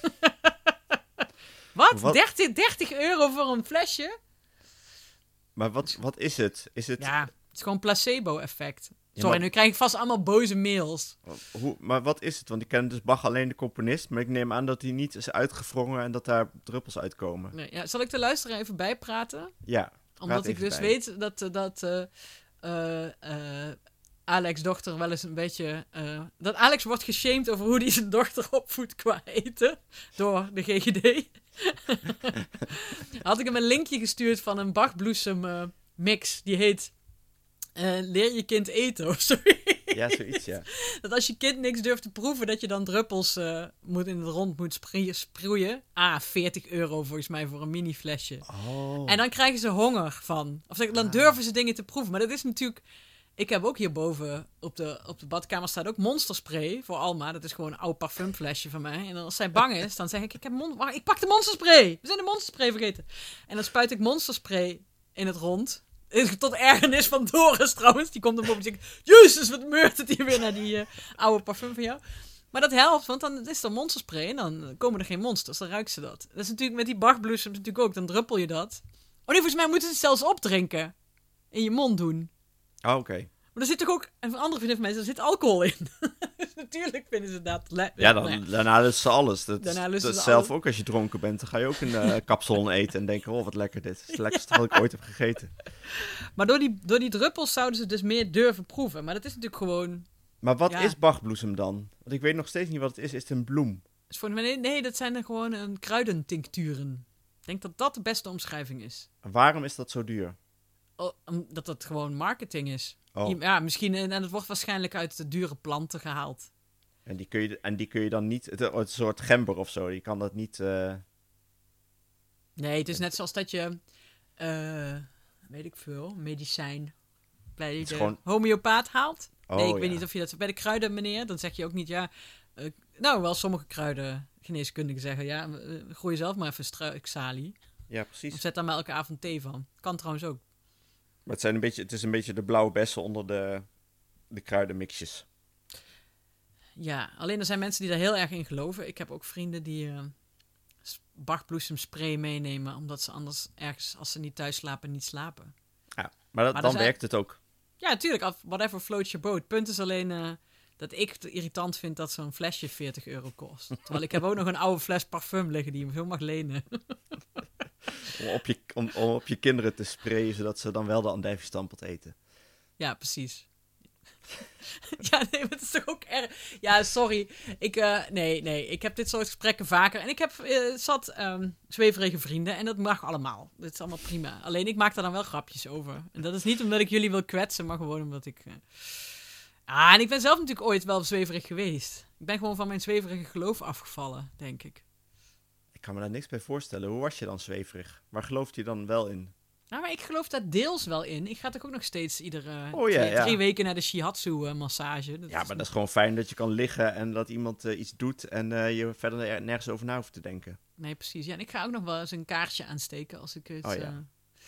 Wat? Wat? dertig, dertig euro voor een flesje? Maar wat, wat is het? Is het Ja, het is gewoon placebo-effect. Ja, Sorry, maar- nu krijg ik vast allemaal boze mails. hoe, maar wat is het? Want ik ken dus Bach alleen de componist, maar ik neem aan dat hij niet is uitgevrongen en dat daar druppels uitkomen. Nee, ja, zal ik de luisteraar even bijpraten? Ja, Omdat ik even dus bij. weet dat, eh, dat eh, eh, eh, Alex' dochter wel eens een beetje... eh, dat Alex wordt geshamed over hoe hij zijn dochter opvoedt qua eten. Door de G G D. Had ik hem een linkje gestuurd van een Bachbloesem eh, mix. Die heet eh, Leer je kind eten of zo. Ja, zoiets, ja. Dat als je kind niks durft te proeven, dat je dan druppels eh, moet in het rond moet sprie- sproeien. Ah, veertig euro volgens mij voor een mini flesje. Oh. En dan krijgen ze honger van. Of zeg, dan Ah. durven ze dingen te proeven. Maar dat is natuurlijk... Ik heb ook hierboven op de, op de badkamer staat ook monsterspray voor Alma. Dat is gewoon een oud parfumflesje van mij. En dan als zij bang is, dan zeg ik, ik, heb mon- wacht, ik pak de monsterspray. We zijn de monsterspray vergeten. En dan spuit ik monsterspray in het rond. Tot ergernis van Doris trouwens. Die komt er boven en zegt... Jezus, wat meurt het hier weer naar die uh, oude parfum van jou. Maar dat helpt, want dan is er monsterspray en dan komen er geen monsters. Dan ruiken ze dat. Dat is natuurlijk met die Bach-bloesems natuurlijk ook. Dan druppel je dat. Oh nee, volgens mij moeten ze het zelfs opdrinken. In je mond doen. Oh, oké. Okay. Maar er zit toch ook... En van andere vrienden van mensen, er zit alcohol in. Dus natuurlijk vinden ze dat... Le- ja, dan, nee. daarna lusten ze alles. Dat, daarna dat ze zelf alles. Ook als je dronken bent. Dan ga je ook een uh, kapsalon eten en denken... Oh, wat lekker dit. Het is het lekkerste wat ik ooit heb gegeten. Maar door die, door die druppels zouden ze dus meer durven proeven. Maar dat is natuurlijk gewoon... Maar wat ja. is Bachbloesem dan? Want ik weet nog steeds niet wat het is. Is het een bloem? Is voor, nee, nee, dat zijn er gewoon een kruidentincturen. Ik denk dat dat de beste omschrijving is. Waarom is dat zo duur? Oh, omdat dat gewoon marketing is. Oh. Ja, misschien... En het wordt waarschijnlijk uit de dure planten gehaald. En die kun je, en die kun je dan niet... Het, het soort gember of zo. Je kan dat niet... Uh... Nee, het is net zoals dat je... Uh, weet ik veel. Medicijn... Bij de gewoon... homeopaat haalt. Oh, nee, ik ja. weet niet of je dat... Bij de kruiden, meneer, dan zeg je ook niet... ja. Uh, nou, wel sommige kruiden... Geneeskundigen zeggen... ja, uh, gooi zelf maar even struiksalie. Ja, precies. Of zet daar maar elke avond thee van. Kan trouwens ook. Maar het, zijn een beetje, het is een beetje de blauwe bessen onder de, de kruidenmixjes. Ja, alleen er zijn mensen die daar heel erg in geloven. Ik heb ook vrienden die uh, Bachbloesemspray meenemen... omdat ze anders ergens, als ze niet thuis slapen, niet slapen. Ja, maar, dat, maar dan zijn... werkt het ook. Ja, natuurlijk. Whatever floats your boat. Punt is alleen uh, dat ik het irritant vind dat zo'n flesje veertig euro kost. Terwijl ik heb ook nog een oude fles parfum liggen die je me veel mag lenen. om, op je, om, om op je kinderen te sprayen, zodat ze dan wel de andijviestampot eten. Ja, precies. ja, nee, maar het is toch ook erg... Ja, sorry. Ik, uh, nee, nee. Ik heb dit soort gesprekken vaker. En ik heb uh, zat um, zweverige vrienden. En dat mag allemaal. Dat is allemaal prima. Alleen ik maak daar dan wel grapjes over. En dat is niet omdat ik jullie wil kwetsen, maar gewoon omdat ik... Uh... Ah, en ik ben zelf natuurlijk ooit wel zweverig geweest. Ik ben gewoon van mijn zweverige geloof afgevallen, denk ik. Ik kan me daar niks bij voorstellen. Hoe was je dan zweverig? Waar gelooft je dan wel in? Nou, maar ik geloof daar deels wel in. Ik ga toch ook nog steeds iedere oh, ja, twee, ja. drie weken naar de shiatsu-massage. Ja, maar nog... dat is gewoon fijn dat je kan liggen en dat iemand uh, iets doet en uh, je verder nergens over na hoeft te denken. Nee, precies. Ja, en ik ga ook nog wel eens een kaarsje aansteken als ik het... Oh, ja. uh...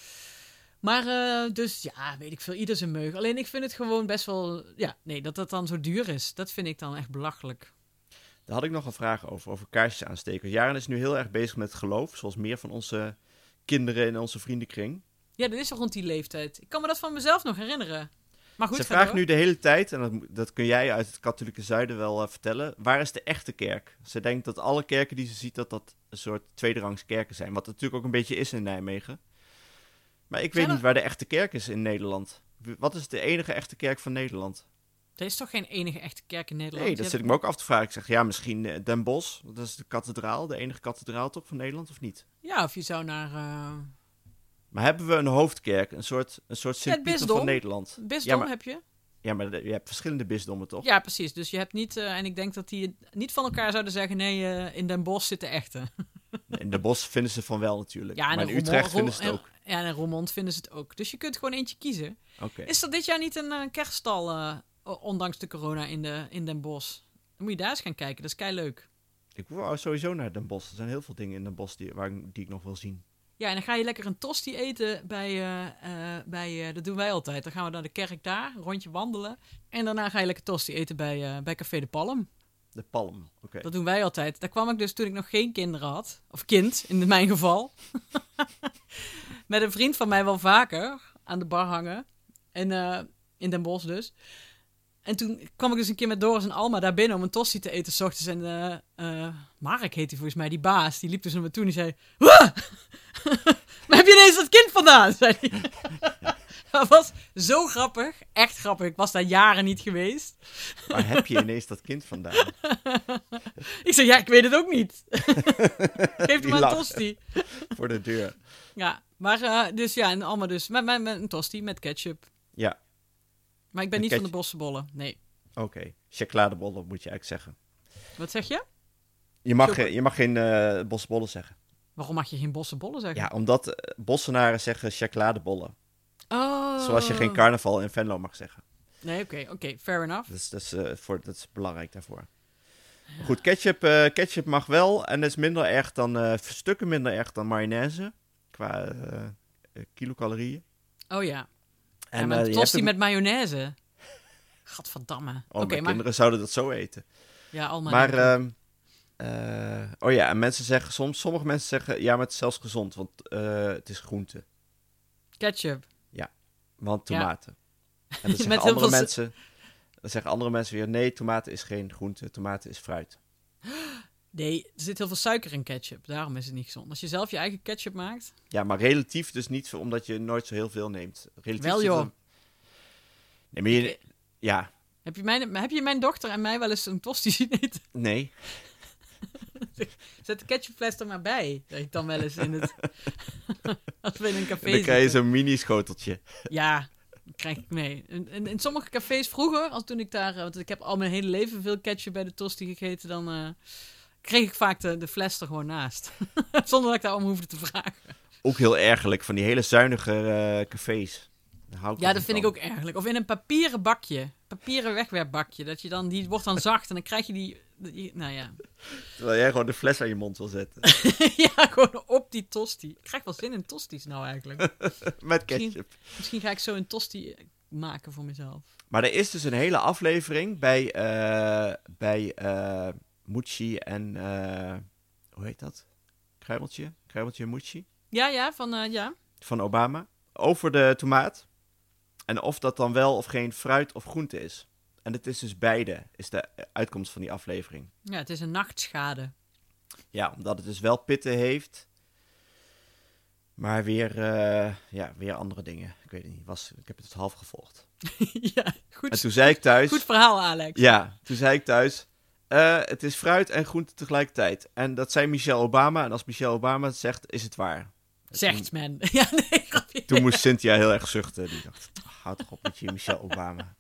Maar, uh, dus ja, weet ik veel, ieder zijn meug. Alleen ik vind het gewoon best wel... Ja, nee, dat dat dan zo duur is, dat vind ik dan echt belachelijk. Daar had ik nog een vraag over, over kaarsjes aansteken. Jaren is nu heel erg bezig met geloof, zoals meer van onze kinderen in onze vriendenkring. Ja, dat is toch rond die leeftijd. Ik kan me dat van mezelf nog herinneren. Maar goed, ze vraagt nu de hele tijd, en dat, dat kun jij uit het katholieke zuiden wel uh, vertellen, waar is de echte kerk? Ze denkt dat alle kerken die ze ziet, dat dat een soort tweederangs kerken zijn. Wat natuurlijk ook een beetje is in Nijmegen. Maar ik weet niet waar de echte kerk is in Nederland. Wat is de enige echte kerk van Nederland? Er is toch geen enige echte kerk in Nederland? Nee, dat zit ik me ook af te vragen. Ik zeg, ja, misschien Den Bosch. Dat is de kathedraal, de enige kathedraal toch van Nederland, of niet? Ja, of je zou naar... Uh... Maar hebben we een hoofdkerk? Een soort, een soort Sint-Pieter van Nederland? Bisdom ja, maar, heb je. Ja, maar je hebt verschillende bisdommen, toch? Ja, precies. Dus je hebt niet... Uh, en ik denk dat die niet van elkaar zouden zeggen... Nee, uh, in Den Bosch zit de echte. Nee, in Den Bosch vinden ze van wel natuurlijk. Ja, en maar in Roermond, Utrecht vinden ze het ook. Ja, en in Roermond vinden ze het ook. Dus je kunt gewoon eentje kiezen. Okay. Is er dit jaar niet een uh, kerststal... Uh, ondanks de corona in, de, in Den Bosch? Dan moet je daar eens gaan kijken. Dat is kei leuk. Ik wou sowieso naar Den Bosch. Er zijn heel veel dingen in Den Bosch die, waar, die ik nog wil zien. Ja, en dan ga je lekker een tosti eten bij, uh, uh, bij uh, dat doen wij altijd. Dan gaan we naar de kerk daar, een rondje wandelen. En daarna ga je lekker tosti eten bij, uh, bij Café de Palm. De Palm, oké. Okay. Dat doen wij altijd. Daar kwam ik dus toen ik nog geen kinderen had. Of kind, in mijn geval. Met een vriend van mij wel vaker aan de bar hangen. En uh, in Den Bosch dus. En toen kwam ik dus een keer met Doris en Alma daar binnen om een tosti te eten 's ochtends. En uh, uh, Mark heet hij volgens mij, die baas. Die liep dus naar me toe en die zei... Waar heb je ineens dat kind vandaan? Zei hij. Dat was zo grappig. Echt grappig. Ik was daar jaren niet geweest. Waar heb je ineens dat kind vandaan? Ik zei, ja, ik weet het ook niet. Geef hem maar een tosti. Voor de deur. Ja, maar uh, dus ja, en Alma dus. Met, met, met een tosti met ketchup. Ja. Maar ik ben en niet ketchup. Van de bossenbollen, nee. Oké, okay. Chocoladebollen moet je eigenlijk zeggen. Wat zeg je? Je mag, ge, je mag geen uh, bossenbollen zeggen. Waarom mag je geen bossenbollen zeggen? Ja, omdat uh, Bossenaren zeggen chocoladebollen. Oh. Zoals je geen carnaval in Venlo mag zeggen. Nee, oké, okay, oké, okay, fair enough. Dat is, dat, is, uh, voor, dat is belangrijk daarvoor. Ja. Goed, ketchup, uh, ketchup mag wel en dat is minder erg dan, uh, stukken minder erg dan mayonaise. Qua uh, uh, kilocalorieën. Oh ja. En, ja, maar uh, een je tosti hebt met mayonaise. Gadverdamme. Oh, Oké, mijn maar... kinderen zouden dat zo eten. Ja, allemaal. Maar, uh, uh, oh ja, en mensen zeggen soms, sommige mensen zeggen, ja, maar het is zelfs gezond, want uh, het is groente. Ketchup. Ja, want tomaten. Ja. En dan zeggen Met andere heel veel... mensen, dan zeggen andere mensen weer, nee, tomaten is geen groente, tomaten is fruit. Nee, er zit heel veel suiker in ketchup, daarom is het niet gezond. Als je zelf je eigen ketchup maakt... Ja, maar relatief dus niet, omdat je nooit zo heel veel neemt. Relatief Wel joh. Er... Nee, maar je... Ja. Heb je, mijn, heb je mijn dochter en mij wel eens een tosti zien eten? Nee. Zet de ketchupfles er maar bij. Zeg ik dan wel eens in het... Als we in een café en dan krijg je zitten. zo'n mini-schoteltje. Ja, krijg ik mee. In, in, in sommige cafés vroeger, als toen ik daar... Want ik heb al mijn hele leven veel ketchup bij de tosti gegeten. Dan uh, kreeg ik vaak de, de fles er gewoon naast. Zonder dat ik daar om hoefde te vragen. Ook heel ergerlijk, van die hele zuinige uh, cafés. Hou ik ja, dat vind van. ik ook ergerlijk. Of in een papieren bakje. Papieren wegwerpbakje. Dat je dan, die wordt dan zacht en dan krijg je die... die nou ja. Terwijl jij gewoon de fles aan je mond wil zetten. ja, gewoon op die tosti. Ik krijg wel zin in tosti's nou eigenlijk. Met ketchup. Misschien, misschien ga ik zo een tosti maken voor mezelf. Maar er is dus een hele aflevering bij, uh, bij uh, Mochi en... Uh, hoe heet dat? Kruimeltje? Kruimeltje en Mochi? Ja, ja, van... Uh, ja. Van Obama. Over de tomaat. En of dat dan wel of geen fruit of groente is. En het is dus beide, is de uitkomst van die aflevering. Ja, het is een nachtschade. Ja, omdat het dus wel pitten heeft. Maar weer, uh, ja, weer andere dingen. Ik weet het niet. Was, ik heb het half gevolgd. ja, goed. En toen zei ik thuis... Goed verhaal, Alex. Ja, toen zei ik thuis... Uh, het is fruit en groente tegelijkertijd. En dat zei Michelle Obama. En als Michelle Obama het zegt, is het waar. Zegt toen, men. Ja, nee, grapje. Toen moest Cynthia heel erg zuchten. Die dacht, houd toch op met je Michelle Obama.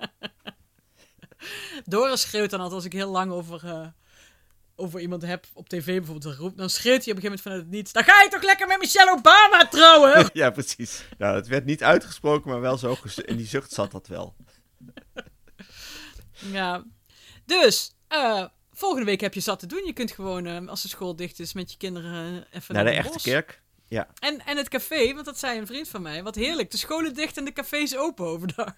Doris schreeuwt dan altijd als ik heel lang over, uh, over iemand heb op tv bijvoorbeeld roept. Dan schreeuwt hij op een gegeven moment vanuit het niets. Dan ga je toch lekker met Michelle Obama trouwen? Ja, precies. Nou, het werd niet uitgesproken, maar wel zo in die zucht zat dat wel. Ja, dus... Uh, volgende week heb je zat te doen. Je kunt gewoon, uh, als de school dicht is, met je kinderen uh, even naar naar de de echte bos. kerk. Ja. En, en het café, want dat zei een vriend van mij. Wat heerlijk, de scholen dicht en de cafés open overdag.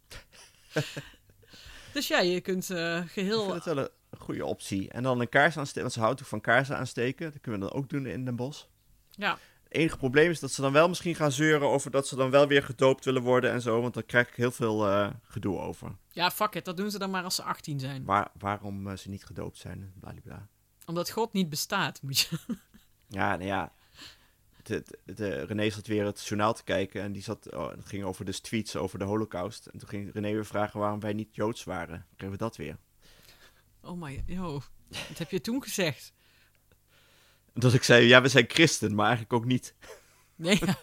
Dus ja, je kunt uh, geheel... Ik vind het wel een goede optie. En dan een kaars aansteken, want ze houdt ook van kaarsen aansteken. Dat kunnen we dan ook doen in Den Bosch. Ja. Het enige probleem is dat ze dan wel misschien gaan zeuren over dat ze dan wel weer gedoopt willen worden en zo. Want dan krijg ik heel veel uh, gedoe over. Ja, fuck it. Dat doen ze dan maar als ze achttien zijn. Waar, waarom uh, ze niet gedoopt zijn, bladibla. Omdat God niet bestaat, moet je... Ja, nou ja. De, de, de, René zat weer het journaal te kijken en die zat, oh, het ging over dus tweets over de Holocaust. En toen ging René weer vragen waarom wij niet Joods waren. Kregen we dat weer. Oh my, yo. Wat heb je toen gezegd? Dat ik zei, ja, we zijn christen, maar eigenlijk ook niet. Nee, ja.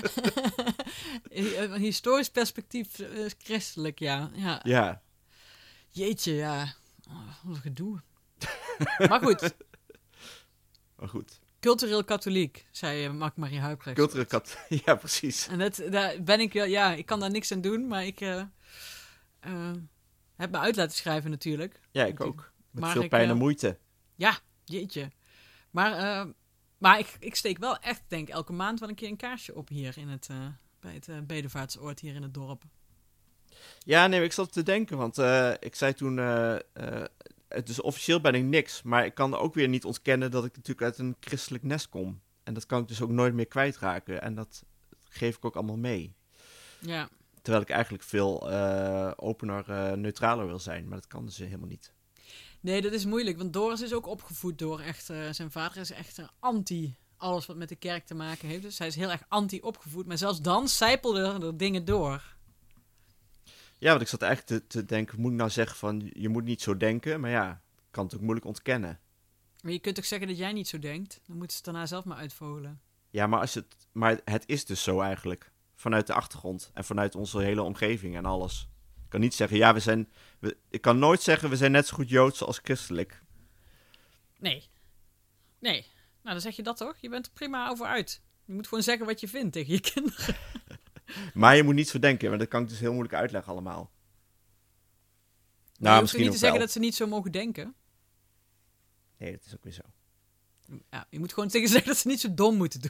Een historisch perspectief uh, christelijk, ja. ja. Ja. Jeetje, ja. Oh, wat een gedoe. Maar goed. Maar goed. Cultureel katholiek, zei uh, Mark-Marie Huibrecht. Cultureel katholiek, ja, precies. En dat, daar ben ik, ja, ik kan daar niks aan doen, maar ik uh, uh, heb me uit laten schrijven natuurlijk. Ja, ik ook. Met maar veel ik, pijn en uh, moeite. Ja, jeetje. Maar, uh, maar ik, ik steek wel echt, denk ik, elke maand wel een keer een kaarsje op hier in het, uh, bij het uh, bedevaartsoord hier in het dorp. Ja, nee, ik zat te denken, want uh, ik zei toen, uh, uh, dus officieel ben ik niks, maar ik kan ook weer niet ontkennen dat ik natuurlijk uit een christelijk nest kom. En dat kan ik dus ook nooit meer kwijtraken. En dat geef ik ook allemaal mee. Ja. Terwijl ik eigenlijk veel uh, opener, uh, neutraler wil zijn, maar dat kan dus helemaal niet. Nee, dat is moeilijk, want Doris is ook opgevoed door echt, uh, zijn vader is echt uh, anti alles wat met de kerk te maken heeft. Dus hij is heel erg anti opgevoed, maar zelfs dan sijpelden er dingen door. Ja, want ik zat eigenlijk te, te denken, moet ik nou zeggen van, je moet niet zo denken, maar ja, ik kan het ook moeilijk ontkennen. Maar je kunt toch zeggen dat jij niet zo denkt? Dan moeten ze het daarna zelf maar uitvogelen. Ja, maar, als het, maar het is dus zo eigenlijk. Vanuit de achtergrond en vanuit onze hele omgeving en alles. Ik kan niet zeggen, ja, we zijn... We, ik kan nooit zeggen, we zijn net zo goed Joods als christelijk. Nee. Nee. Nou, dan zeg je dat toch? Je bent er prima over uit. Je moet gewoon zeggen wat je vindt tegen je kinderen. Maar je moet niet zo denken, maar dat kan ik dus heel moeilijk uitleggen allemaal. Nou, je hoeft misschien niet te zeggen dat ze niet zo mogen denken. Nee, dat is ook weer zo. Ja, je moet gewoon tegen zeggen dat ze niet zo dom moeten doen.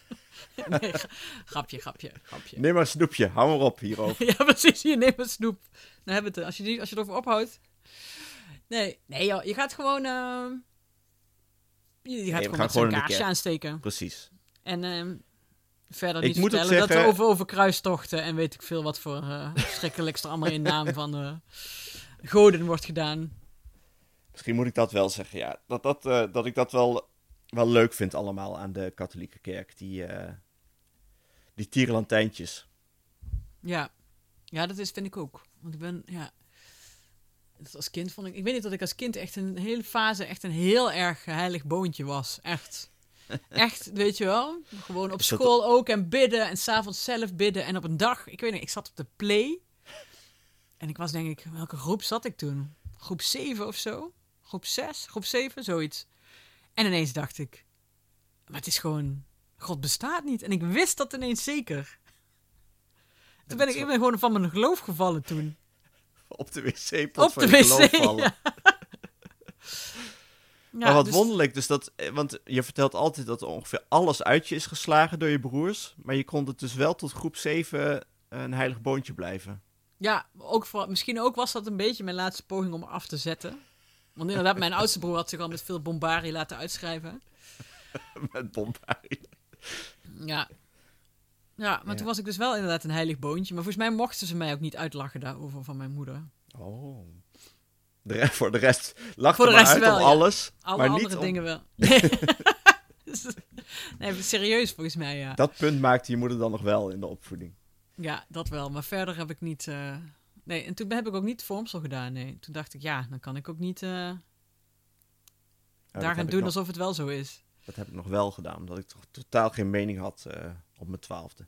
Nee, grapje, grapje, grapje. Neem maar een snoepje, hou maar op hierover. Ja, precies. Hier, neem een snoep. Dan hebben we het. Als je, die, als je het over ophoudt. Nee, nee joh, je gaat gewoon... Uh, je, je gaat Nee, gewoon gaan met gewoon zo'n in de kaarsje kerk. aansteken. Precies. En uh, verder Ik niet moet ook vertellen zeggen- dat we over, over kruistochten... en weet ik veel wat voor uh, verschrikkelijks er allemaal in naam van uh, goden wordt gedaan. Misschien moet ik dat wel zeggen, ja. Dat, dat, uh, dat ik dat wel, wel leuk vind allemaal aan de katholieke kerk. Die, uh, die tierenlantijntjes. Ja. Ja, dat is, vind ik ook. Want ik ben, ja... Dus als kind vond ik... Ik weet niet dat ik als kind echt een hele fase... echt een heel erg heilig boontje was. Echt. Echt, weet je wel? Gewoon op Is dat- school ook en bidden. En s'avonds zelf bidden. En op een dag... Ik weet niet, ik zat op de play. En ik was denk ik... Welke groep zat ik toen? Groep zeven of zo? Groep zes? Groep zeven? Zoiets. En ineens dacht ik... Maar het is gewoon... God bestaat niet. En ik wist dat ineens zeker. Toen ben ik, ik ben gewoon van mijn geloof gevallen toen. Op de wc-pot Op van de je geloof wc, vallen. ja. Ja, maar wat dus- wonderlijk, dus dat, eh, want je vertelt altijd dat ongeveer alles uit je is geslagen door je broers. Maar je kon het dus wel tot groep zeven een heilig boontje blijven. Ja, ook voor, misschien ook was dat een beetje mijn laatste poging om af te zetten. Want inderdaad, mijn oudste broer had zich al met veel bombarie laten uitschrijven. Met bombardie. Ja. Ja, maar Ja. toen was ik dus wel inderdaad een heilig boontje. Maar volgens mij mochten ze mij ook niet uitlachen daarover van mijn moeder. Oh. De re- voor de rest lacht Voor de er maar rest uit wel, om ja. alles. Alle maar andere niet om... dingen wel. Nee. Nee, serieus volgens mij, ja. Dat punt maakte je moeder dan nog wel in de opvoeding. Ja, dat wel. Maar verder heb ik niet... uh... Nee, en toen heb ik ook niet vormsel gedaan, nee. Toen dacht ik, ja, dan kan ik ook niet uh... Ja, dat daar heb gaan ik doen nog- alsof het wel zo is. Dat heb ik nog wel gedaan, omdat ik toch totaal geen mening had uh, op mijn twaalfde.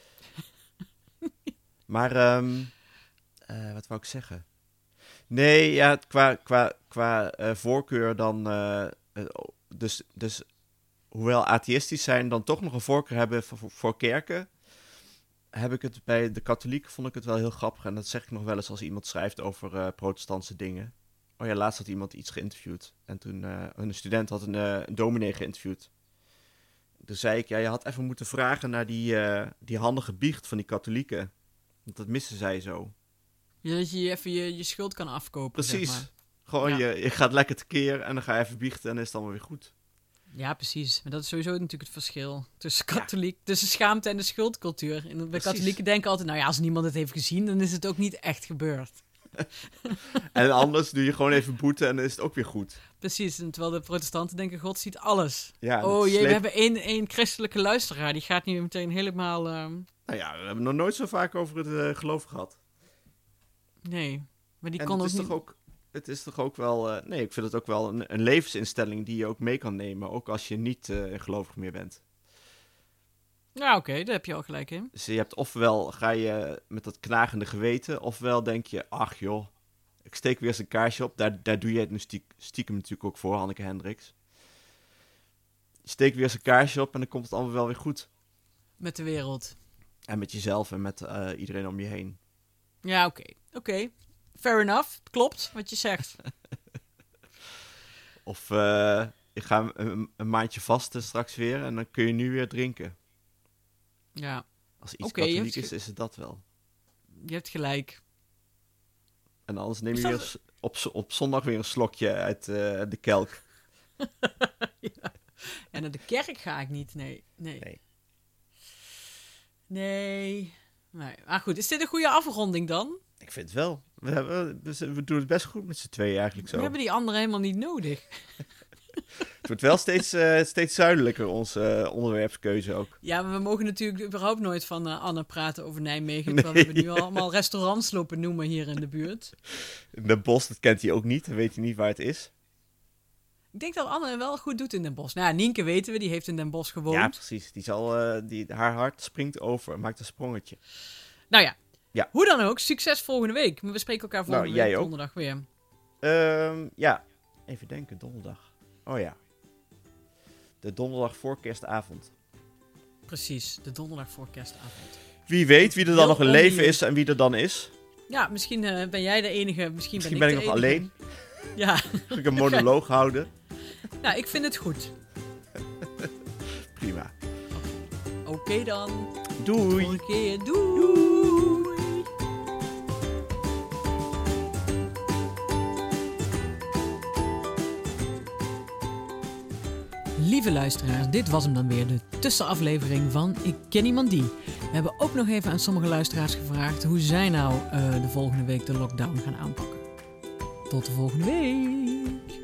Maar, ehm uh, wat wou ik zeggen? Nee, ja, qua, qua, qua uh, voorkeur dan... Uh, uh, dus, dus, hoewel atheïstisch zijn, dan toch nog een voorkeur hebben voor, voor kerken... heb ik het bij de katholieken, vond ik het wel heel grappig. En dat zeg ik nog wel eens als iemand schrijft over uh, protestantse dingen. Oh ja, laatst had iemand iets geïnterviewd. En toen, uh, een student had een, uh, een dominee geïnterviewd. Toen zei ik, ja, je had even moeten vragen naar die, uh, die handige biecht van die katholieken. Want dat missen zij zo. Ja, dat je even je, je schuld kan afkopen, Precies. zeg maar. Gewoon, Ja. je, je gaat lekker tekeer en dan ga je even biechten en dan is het allemaal weer goed. Ja, precies. Maar dat is sowieso natuurlijk het verschil tussen katholiek, tussen schaamte en de schuldcultuur. En bij Precies. katholieken denken altijd, nou ja, als niemand het heeft gezien, dan is het ook niet echt gebeurd. En anders doe je gewoon even boeten en dan is het ook weer goed. Precies, en terwijl de protestanten denken, God ziet alles. Ja, Oh dat jee, we sleept- hebben één, één christelijke luisteraar, die gaat nu meteen helemaal... ehm, Nou ja, we hebben nog nooit zo vaak over het uh, geloof gehad. Nee, maar die En kon het ook is niet... toch ook, het is toch ook wel, uh, nee, ik vind het ook wel een, een levensinstelling die je ook mee kan nemen, ook als je niet uh, gelovig meer bent. Ja, oké, daar heb je al gelijk in. Dus je hebt ofwel ga je met dat knagende geweten, ofwel denk je, ach joh, ik steek weer eens een kaarsje op. Daar, daar doe je het nu stiek, stiekem natuurlijk ook voor, Hanneke Hendricks. Je steekt weer eens een kaarsje op en dan komt het allemaal wel weer goed. Met de wereld. En met jezelf en met uh, iedereen om je heen. Ja, oké. Oké. Fair enough. Klopt wat je zegt. Of uh, ik ga een, een maandje vasten straks weer en dan kun je nu weer drinken. Ja, Als iets Oké, je katholiek hebt is, ge- is het dat wel. je hebt gelijk. En anders neem je Is dat- weer s- op, z- op zondag weer een slokje uit uh, de kelk. Ja. En naar de kerk ga ik niet, nee. Nee. Nee. Nee. Nee. Maar goed, is dit een goede afronding dan? Ik vind het wel. We, hebben, we, we doen het best goed met z'n tweeën eigenlijk We zo. hebben die anderen helemaal niet nodig. Het wordt wel steeds, uh, steeds zuidelijker, onze uh, onderwerpskeuze ook. Ja, maar we mogen natuurlijk überhaupt nooit van uh, Anne praten over Nijmegen. Nee. Terwijl we hebben nu al allemaal restaurants lopen noemen hier in de buurt. De Bos, dat kent hij ook niet. Dan weet hij niet waar het is. Ik denk dat Anne wel goed doet in Den Bosch. Nou ja, Nienke weten we, die heeft in Den Bosch gewoond. Ja, precies. Die zal, uh, die, haar hart springt over en maakt een sprongetje. Nou ja. Ja. Hoe dan ook, succes volgende week. Maar we spreken elkaar volgende Nou, jij week ook. donderdag weer. Um, ja, even denken. Donderdag. Oh ja. De donderdag voor kerstavond. Precies, de donderdag voor kerstavond. Wie weet wie er dan Heel nog een leven onbenieuwd. is en wie er dan is. Ja, misschien uh, ben jij de enige, misschien, Misschien ben ben ik ik de nog enige. Ja, Ga ik een monoloog houden. nou, ik vind het goed. Prima. Oké okay dan. Doei. Volgende keer. Doei. Lieve luisteraars, dit was hem dan weer, de tussenaflevering van Ik Ken Iemand Die. We hebben ook nog even aan sommige luisteraars gevraagd hoe zij nou uh, de volgende week de lockdown gaan aanpakken. Tot de volgende week!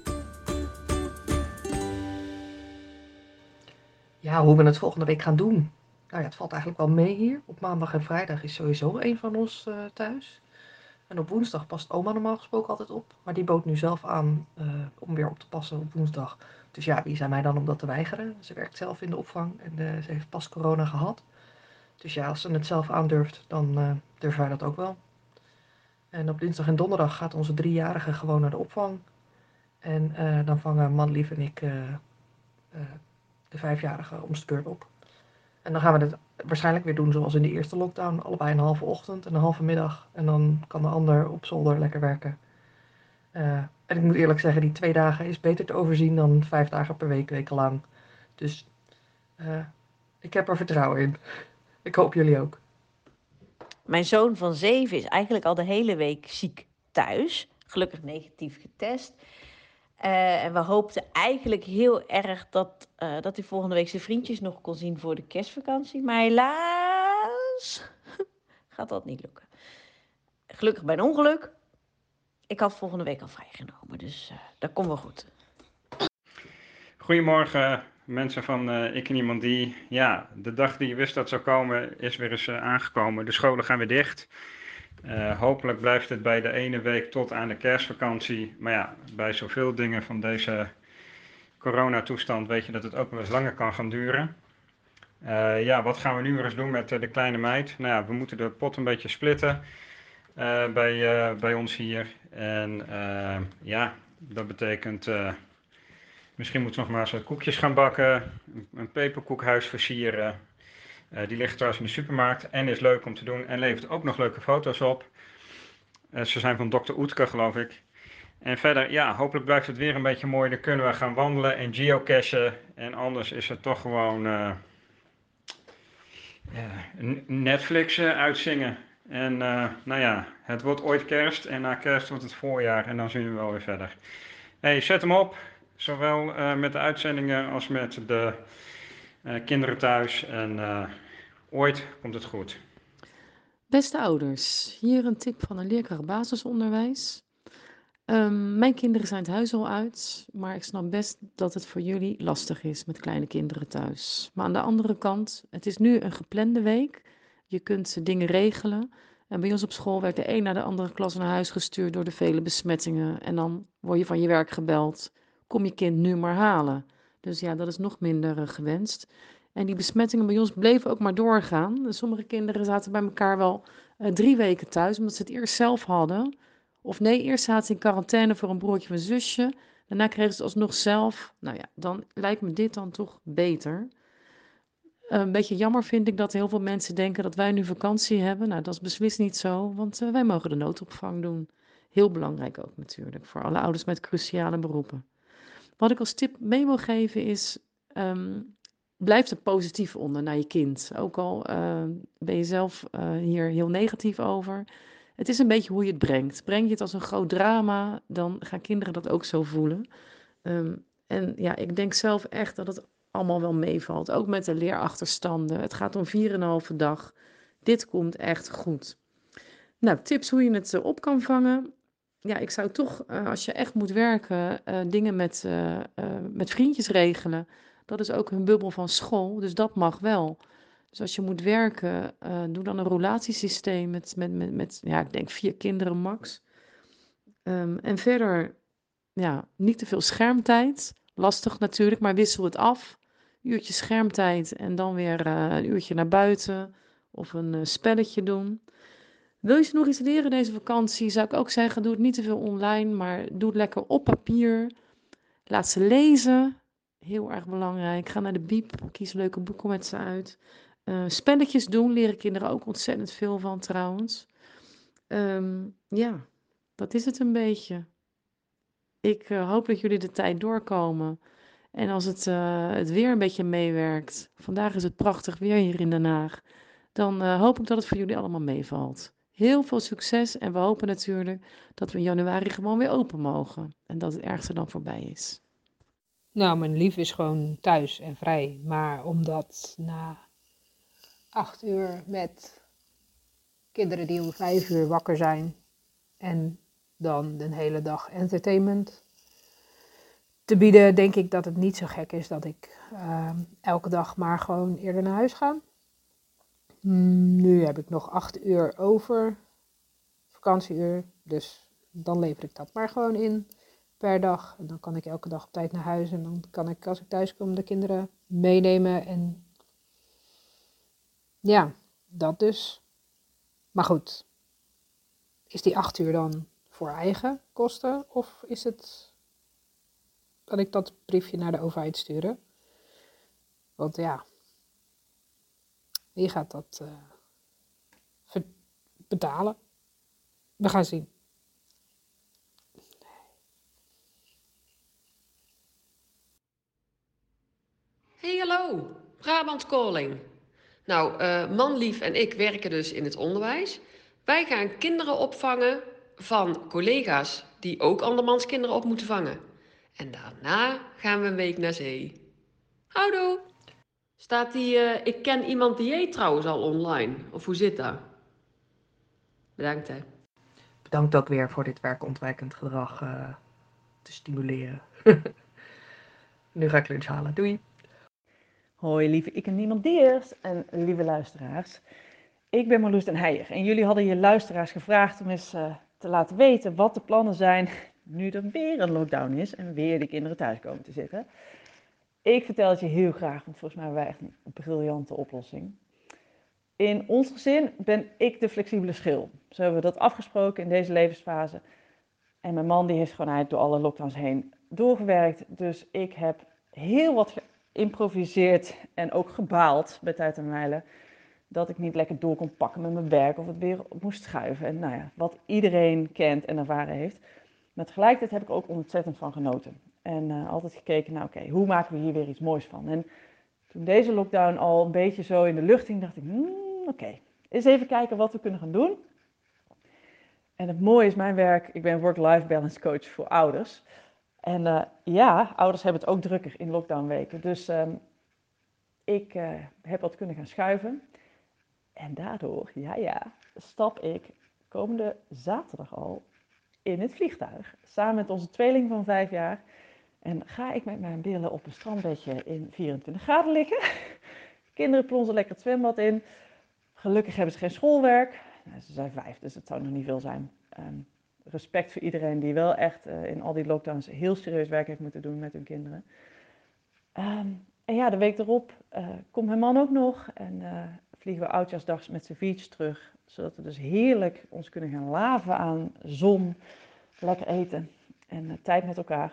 Ja, hoe we het volgende week gaan doen. Nou ja, het valt eigenlijk wel mee hier. Op maandag en vrijdag is sowieso een van ons uh, thuis. En op woensdag past oma normaal gesproken altijd op. Maar die bood nu zelf aan uh, om weer op te passen op woensdag. Dus ja, wie zijn wij dan om dat te weigeren? Ze werkt zelf in de opvang en uh, ze heeft pas corona gehad. Dus ja, als ze het zelf aandurft, dan uh, durven wij dat ook wel. En op dinsdag en donderdag gaat onze driejarige gewoon naar de opvang. En uh, dan vangen Manlief en ik uh, uh, de vijfjarige om de beurt op. En dan gaan we het waarschijnlijk weer doen zoals in de eerste lockdown. Allebei een halve ochtend en een halve middag. En dan kan de ander op zolder lekker werken. Uh, en ik moet eerlijk zeggen, die twee dagen is beter te overzien dan vijf dagen per week, wekenlang. Dus uh, ik heb er vertrouwen in. Ik hoop jullie ook. Mijn zoon van zeven is eigenlijk al de hele week ziek thuis. Gelukkig negatief getest. Uh, en we hoopten eigenlijk heel erg dat, uh, dat hij volgende week zijn vriendjes nog kon zien voor de kerstvakantie. Maar helaas gaat dat niet lukken. Gelukkig bij een ongeluk. Ik had volgende week al vrijgenomen, dus uh, dat komt wel goed. Goedemorgen mensen van uh, Ik en Iemand Die. Ja, de dag die je wist dat zou komen is weer eens uh, aangekomen. De scholen gaan weer dicht. Uh, hopelijk blijft het bij de ene week tot aan de kerstvakantie. Maar ja, bij zoveel dingen van deze coronatoestand weet je dat het ook wel eens langer kan gaan duren. Uh, ja, wat gaan we nu weer eens doen met uh, de kleine meid? Nou ja, we moeten de pot een beetje splitten uh, bij, uh, bij ons hier. En uh, ja, dat betekent... Uh, misschien moeten we nog maar eens wat koekjes gaan bakken. Een, een peperkoekhuis versieren. Uh, die ligt trouwens in de supermarkt en is leuk om te doen en levert ook nog leuke foto's op. Uh, ze zijn van dokter Oetker, geloof ik. En verder, ja, hopelijk blijft het weer een beetje mooi. Dan kunnen we gaan wandelen en geocachen. En anders is het toch gewoon uh, ja, Netflix uh, uitzingen. En uh, nou ja, het wordt ooit kerst en na kerst wordt het voorjaar en dan zien we wel weer verder. Hey, zet hem op. Zowel uh, met de uitzendingen als met de uh, kinderen thuis. En uh, ooit komt het goed. Beste ouders, hier een tip van een leerkracht basisonderwijs. Um, mijn kinderen zijn het huis al uit, maar ik snap best dat het voor jullie lastig is met kleine kinderen thuis. Maar aan de andere kant, het is nu een geplande week. Je kunt dingen regelen. En bij ons op school werd de een naar de andere klas naar huis gestuurd door de vele besmettingen. En dan word je van je werk gebeld. Kom je kind nu maar halen. Dus ja, dat is nog minder uh, gewenst. En die besmettingen bij ons bleven ook maar doorgaan. Dus sommige kinderen zaten bij elkaar wel uh, drie weken thuis, omdat ze het eerst zelf hadden. Of nee, eerst zaten ze in quarantaine voor een broertje of een zusje. Daarna kregen ze het alsnog zelf. Nou ja, dan lijkt me dit dan toch beter. Uh, een beetje jammer vind ik dat heel veel mensen denken dat wij nu vakantie hebben. Nou, dat is beslist niet zo, want uh, wij mogen de noodopvang doen. Heel belangrijk ook natuurlijk, voor alle ouders met cruciale beroepen. Wat ik als tip mee wil geven is, um, blijf er positief onder naar je kind. Ook al uh, ben je zelf uh, hier heel negatief over. Het is een beetje hoe je het brengt. Breng je het als een groot drama, dan gaan kinderen dat ook zo voelen. Um, en ja, ik denk zelf echt dat het allemaal wel meevalt. Ook met de leerachterstanden. Het gaat om vier en een halve dag. Dit komt echt goed. Nou, tips hoe je het uh, op kan vangen. Ja, ik zou toch, uh, als je echt moet werken, uh, dingen met, uh, uh, met vriendjes regelen. Dat is ook hun bubbel van school, dus dat mag wel. Dus als je moet werken, uh, doe dan een roulatiesysteem met, met, met, met, ja, ik denk vier kinderen max. Um, en verder, ja, niet te veel schermtijd. Lastig natuurlijk, maar wissel het af. Een uurtje schermtijd en dan weer uh, een uurtje naar buiten of een uh, spelletje doen. Wil je ze nog iets leren deze vakantie, zou ik ook zeggen, doe het niet te veel online, maar doe het lekker op papier. Laat ze lezen, heel erg belangrijk. Ga naar de bieb, kies leuke boeken met ze uit. Uh, spelletjes doen, leren kinderen ook ontzettend veel van trouwens. Um, ja, dat is het een beetje. Ik uh, hoop dat jullie de tijd doorkomen. En als het, uh, het weer een beetje meewerkt, vandaag is het prachtig weer hier in Den Haag, dan uh, hoop ik dat het voor jullie allemaal meevalt. Heel veel succes en we hopen natuurlijk dat we in januari gewoon weer open mogen en dat het ergste dan voorbij is. Nou, mijn lief is gewoon thuis en vrij, maar omdat na acht uur met kinderen die om vijf uur wakker zijn en dan de hele dag entertainment te bieden, denk ik dat het niet zo gek is dat ik uh, elke dag maar gewoon eerder naar huis ga. Mm, nu heb ik nog acht uur over, vakantieuur, dus dan lever ik dat maar gewoon in per dag. En dan kan ik elke dag op tijd naar huis en dan kan ik als ik thuis kom de kinderen meenemen en ja, dat dus. Maar goed, is die acht uur dan voor eigen kosten of is het dat ik dat briefje naar de overheid sturen? Want ja, wie gaat dat uh, betalen? We gaan zien. Hey, hallo, Brabant Calling. Nou, uh, Manlief en ik werken dus in het onderwijs. Wij gaan kinderen opvangen van collega's die ook andermans kinderen op moeten vangen. En daarna gaan we een week naar zee. Houdoe! Staat die uh, ik ken iemand dieet trouwens al online? Of hoe zit dat? Bedankt hè. Bedankt ook weer voor dit werkontwijkend gedrag uh, te stimuleren. Nu ga ik lunch halen. Doei! Hoi lieve ik en niemand diers en lieve luisteraars. Ik ben Marloes den Heijer en jullie hadden je luisteraars gevraagd om eens uh, te laten weten wat de plannen zijn nu er weer een lockdown is en weer de kinderen thuis komen te zitten. Ik vertel het je heel graag, want volgens mij hebben wij echt een briljante oplossing. In ons gezin ben ik de flexibele schil. Zo hebben we dat afgesproken in deze levensfase. En mijn man die heeft gewoon eigenlijk door alle lockdowns heen doorgewerkt. Dus ik heb heel wat geïmproviseerd en ook gebaald bij tijd en wijle. Dat ik niet lekker door kon pakken met mijn werk of het weer op moest schuiven. En nou ja, wat iedereen kent en ervaren heeft. Maar tegelijkertijd heb ik ook ontzettend van genoten. En uh, altijd gekeken naar, oké, okay, hoe maken we hier weer iets moois van? En toen deze lockdown al een beetje zo in de lucht ging, dacht ik, hmm, oké, okay, eens even kijken wat we kunnen gaan doen. En het mooie is mijn werk, ik ben work-life balance coach voor ouders. En uh, ja, ouders hebben het ook drukker in lockdownweken. Dus um, ik uh, heb wat kunnen gaan schuiven. En daardoor, ja ja, stap ik komende zaterdag al in het vliegtuig. Samen met onze tweeling van vijf jaar. En ga ik met mijn billen op een strandbedje in vierentwintig graden liggen. Kinderen plonzen lekker het zwembad in. Gelukkig hebben ze geen schoolwerk. Nou, ze zijn vijf, dus het zou nog niet veel zijn. Um, respect voor iedereen die wel echt uh, in al die lockdowns heel serieus werk heeft moeten doen met hun kinderen. Um, en ja, de week erop uh, komt mijn man ook nog. En uh, vliegen we oudjaarsdags met z'n viertjes terug. Zodat we dus heerlijk ons kunnen gaan laven aan zon, lekker eten en uh, tijd met elkaar.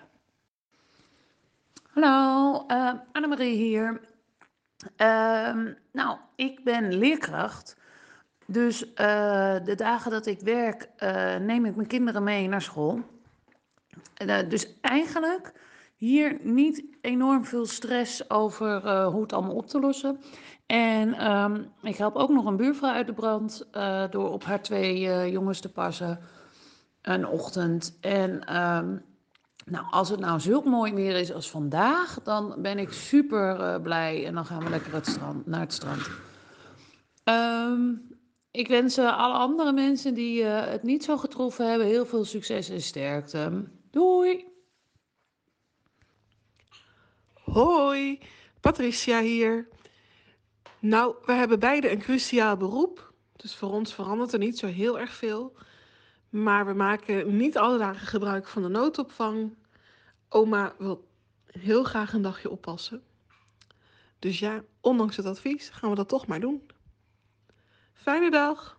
Hallo, uh, Annemarie hier. Uh, nou, ik ben leerkracht. Dus uh, de dagen dat ik werk, uh, neem ik mijn kinderen mee naar school. Uh, dus eigenlijk hier niet enorm veel stress over uh, hoe het allemaal op te lossen. En um, ik help ook nog een buurvrouw uit de brand uh, door op haar twee uh, jongens te passen een ochtend. En um, nou, als het nou zulk mooi weer is als vandaag, dan ben ik super uh, blij en dan gaan we lekker het strand, naar het strand. Um, ik wens uh, alle andere mensen die uh, het niet zo getroffen hebben heel veel succes en sterkte. Doei! Hoi, Patricia hier. Nou, we hebben beide een cruciaal beroep, dus voor ons verandert er niet zo heel erg veel. Maar we maken niet alle dagen gebruik van de noodopvang. Oma wil heel graag een dagje oppassen. Dus ja, ondanks het advies gaan we dat toch maar doen. Fijne dag!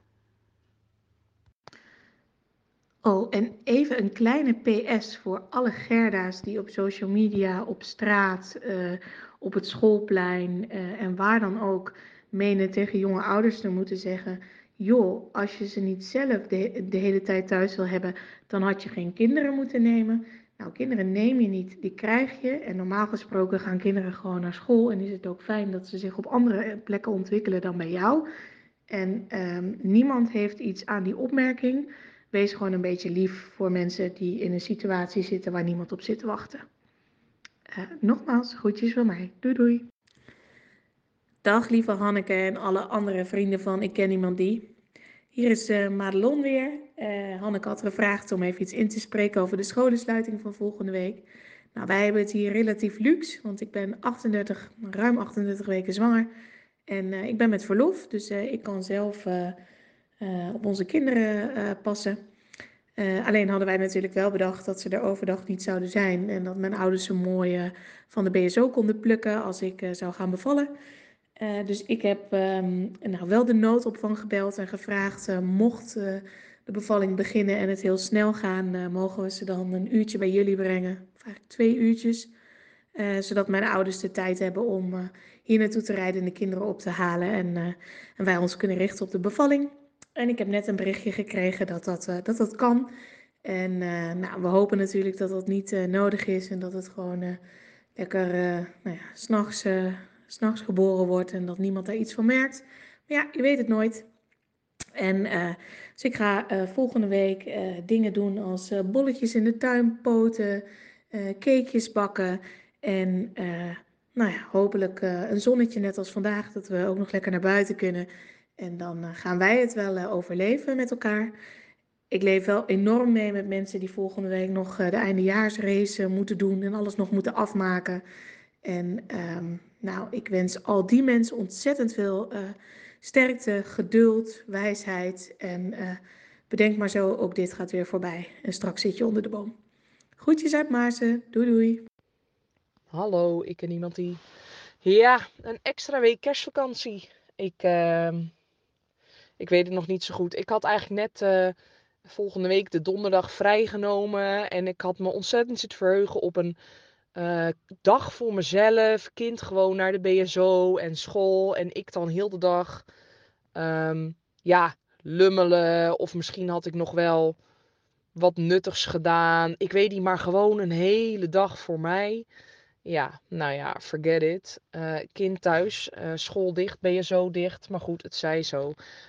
Oh, en even een kleine P S voor alle Gerda's die op social media, op straat, uh, op het schoolplein uh, en waar dan ook menen tegen jonge ouders te moeten zeggen: joh, als je ze niet zelf de, de hele tijd thuis wil hebben, dan had je geen kinderen moeten nemen. Nou, kinderen neem je niet, die krijg je. En normaal gesproken gaan kinderen gewoon naar school. En is het ook fijn dat ze zich op andere plekken ontwikkelen dan bij jou. En um, niemand heeft iets aan die opmerking. Wees gewoon een beetje lief voor mensen die in een situatie zitten waar niemand op zit te wachten. Uh, nogmaals, groetjes van mij. Doei doei. Dag lieve Hanneke en alle andere vrienden van Ik Ken Iemand Die. Hier is uh, Madelon weer. Uh, Hanneke had gevraagd om even iets in te spreken over de scholensluiting van volgende week. Nou, wij hebben het hier relatief luxe, want ik ben achtendertig, ruim achtendertig weken zwanger. En uh, ik ben met verlof, dus uh, ik kan zelf uh, uh, op onze kinderen uh, passen. Uh, alleen hadden wij natuurlijk wel bedacht dat ze er overdag niet zouden zijn. En dat mijn ouders ze mooi uh, van de B S O konden plukken als ik uh, zou gaan bevallen. Uh, dus ik heb um, nou, wel de noodopvang gebeld en gevraagd, uh, mocht uh, de bevalling beginnen en het heel snel gaan, uh, mogen we ze dan een uurtje bij jullie brengen. Of eigenlijk twee uurtjes. Uh, zodat mijn ouders de tijd hebben om uh, hier naartoe te rijden en de kinderen op te halen. En, uh, en wij ons kunnen richten op de bevalling. En ik heb net een berichtje gekregen dat dat, uh, dat, dat kan. En uh, nou, we hopen natuurlijk dat dat niet uh, nodig is. En dat het gewoon uh, lekker uh, nou ja, 's nachts, uh, 's nachts geboren wordt. En dat niemand daar iets van merkt. Maar ja, je weet het nooit. En uh, dus ik ga uh, volgende week uh, dingen doen als uh, bolletjes in de tuin poten. Uh, cakejes bakken. En uh, nou ja, hopelijk uh, een zonnetje net als vandaag. Dat we ook nog lekker naar buiten kunnen. En dan uh, gaan wij het wel uh, overleven met elkaar. Ik leef wel enorm mee met mensen die volgende week nog uh, de eindejaarsrace uh, moeten doen. En alles nog moeten afmaken. En um, nou, ik wens al die mensen ontzettend veel uh, sterkte, geduld, wijsheid. En uh, bedenk maar zo, ook dit gaat weer voorbij. En straks zit je onder de boom. Groetjes uit Maarsen. Doei doei. Hallo, ik ken iemand die... Ja, een extra week kerstvakantie. Ik, uh, ik weet het nog niet zo goed. Ik had eigenlijk net uh, volgende week de donderdag vrijgenomen. En ik had me ontzettend zitten verheugen op een uh, dag voor mezelf. Kind gewoon naar de B S O en school. En ik dan heel de dag um, ja, lummelen. Of misschien had ik nog wel wat nuttigs gedaan. Ik weet niet, maar gewoon een hele dag voor mij. Ja, nou ja, forget it. Uh, kind thuis, uh, school dicht, B S O dicht. Maar goed, het zij zo.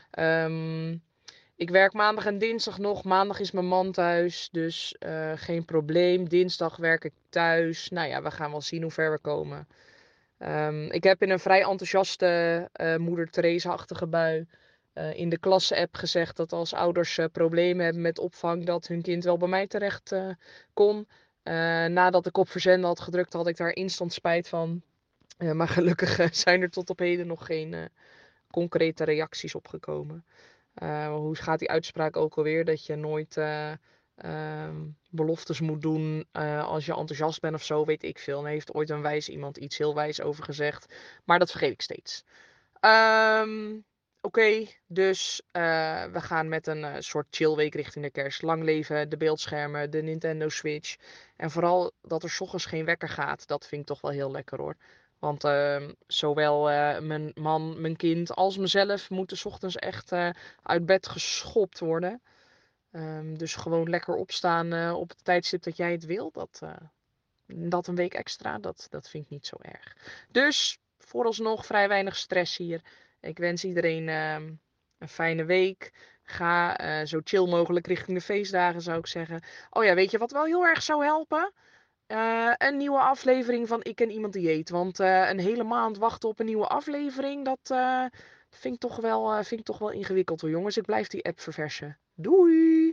Um, ik werk maandag en dinsdag nog. Maandag is mijn man thuis, dus uh, geen probleem. Dinsdag werk ik thuis. Nou ja, we gaan wel zien hoe ver we komen. Um, ik heb in een vrij enthousiaste uh, moeder Theresa-achtige bui uh, in de klasse-app gezegd dat als ouders uh, problemen hebben met opvang, dat hun kind wel bij mij terecht uh, kon. Uh, nadat ik op verzenden had gedrukt, had ik daar instant spijt van. Uh, maar gelukkig uh, zijn er tot op heden nog geen uh, concrete reacties op gekomen. Uh, hoe gaat die uitspraak ook alweer? Dat je nooit uh, uh, beloftes moet doen uh, als je enthousiast bent of zo, weet ik veel. En heeft ooit een wijs iemand iets heel wijs over gezegd. Maar dat vergeet ik steeds. Um, Oké, okay, dus uh, we gaan met een uh, soort chillweek richting de kerst. Lang leven, de beeldschermen, de Nintendo Switch. En vooral dat er 's ochtends geen wekker gaat. Dat vind ik toch wel heel lekker hoor. Want uh, zowel uh, mijn man, mijn kind als mezelf moeten 's ochtends echt uh, uit bed geschopt worden. Um, dus gewoon lekker opstaan uh, op het tijdstip dat jij het wil. Dat, uh, dat een week extra, dat, dat vind ik niet zo erg. Dus vooralsnog vrij weinig stress hier. Ik wens iedereen uh, een fijne week. Ga uh, zo chill mogelijk richting de feestdagen, zou ik zeggen. Oh ja, weet je wat wel heel erg zou helpen? Uh, een nieuwe aflevering van Ik Ken Iemand Die Eet. Want uh, een hele maand wachten op een nieuwe aflevering, dat uh, vind, ik toch wel, uh, vind ik toch wel ingewikkeld hoor jongens. Ik blijf die app verversen. Doei!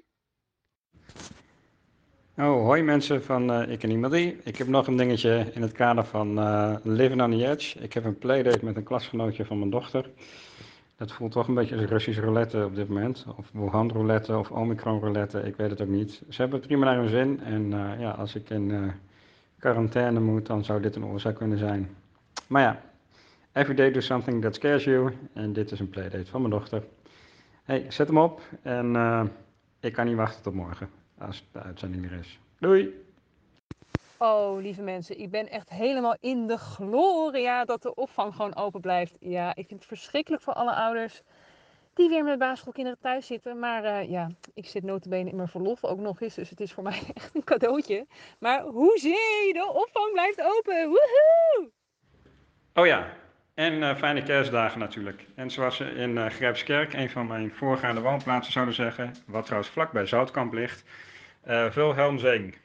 Oh, hoi mensen van uh, Ik Ken Iemand Die. Ik heb nog een dingetje in het kader van uh, Living on the Edge. Ik heb een playdate met een klasgenootje van mijn dochter. Dat voelt toch een beetje als Russisch roulette op dit moment. Of Wuhan roulette of Omicron roulette, ik weet het ook niet. Ze hebben het prima naar hun zin. En uh, ja, als ik in uh, quarantaine moet, dan zou dit een oorzaak kunnen zijn. Maar ja, every day do something that scares you. En dit is een playdate van mijn dochter. Hey, zet hem op. En uh, ik kan niet wachten tot morgen, als de uitzending er is. Doei! Oh, lieve mensen, ik ben echt helemaal in de gloria dat de opvang gewoon open blijft. Ja, ik vind het verschrikkelijk voor alle ouders die weer met basisschoolkinderen thuis zitten. Maar uh, ja, ik zit nota bene in mijn verlof ook nog eens, dus het is voor mij echt een cadeautje. Maar hoezee, de opvang blijft open, woehoe! Oh ja, en uh, fijne kerstdagen natuurlijk. En zoals ze in uh, Grijpskerk, een van mijn voorgaande woonplaatsen, zouden zeggen, wat trouwens vlak bij Zoutkamp ligt, uh, Wilhelm Zeng.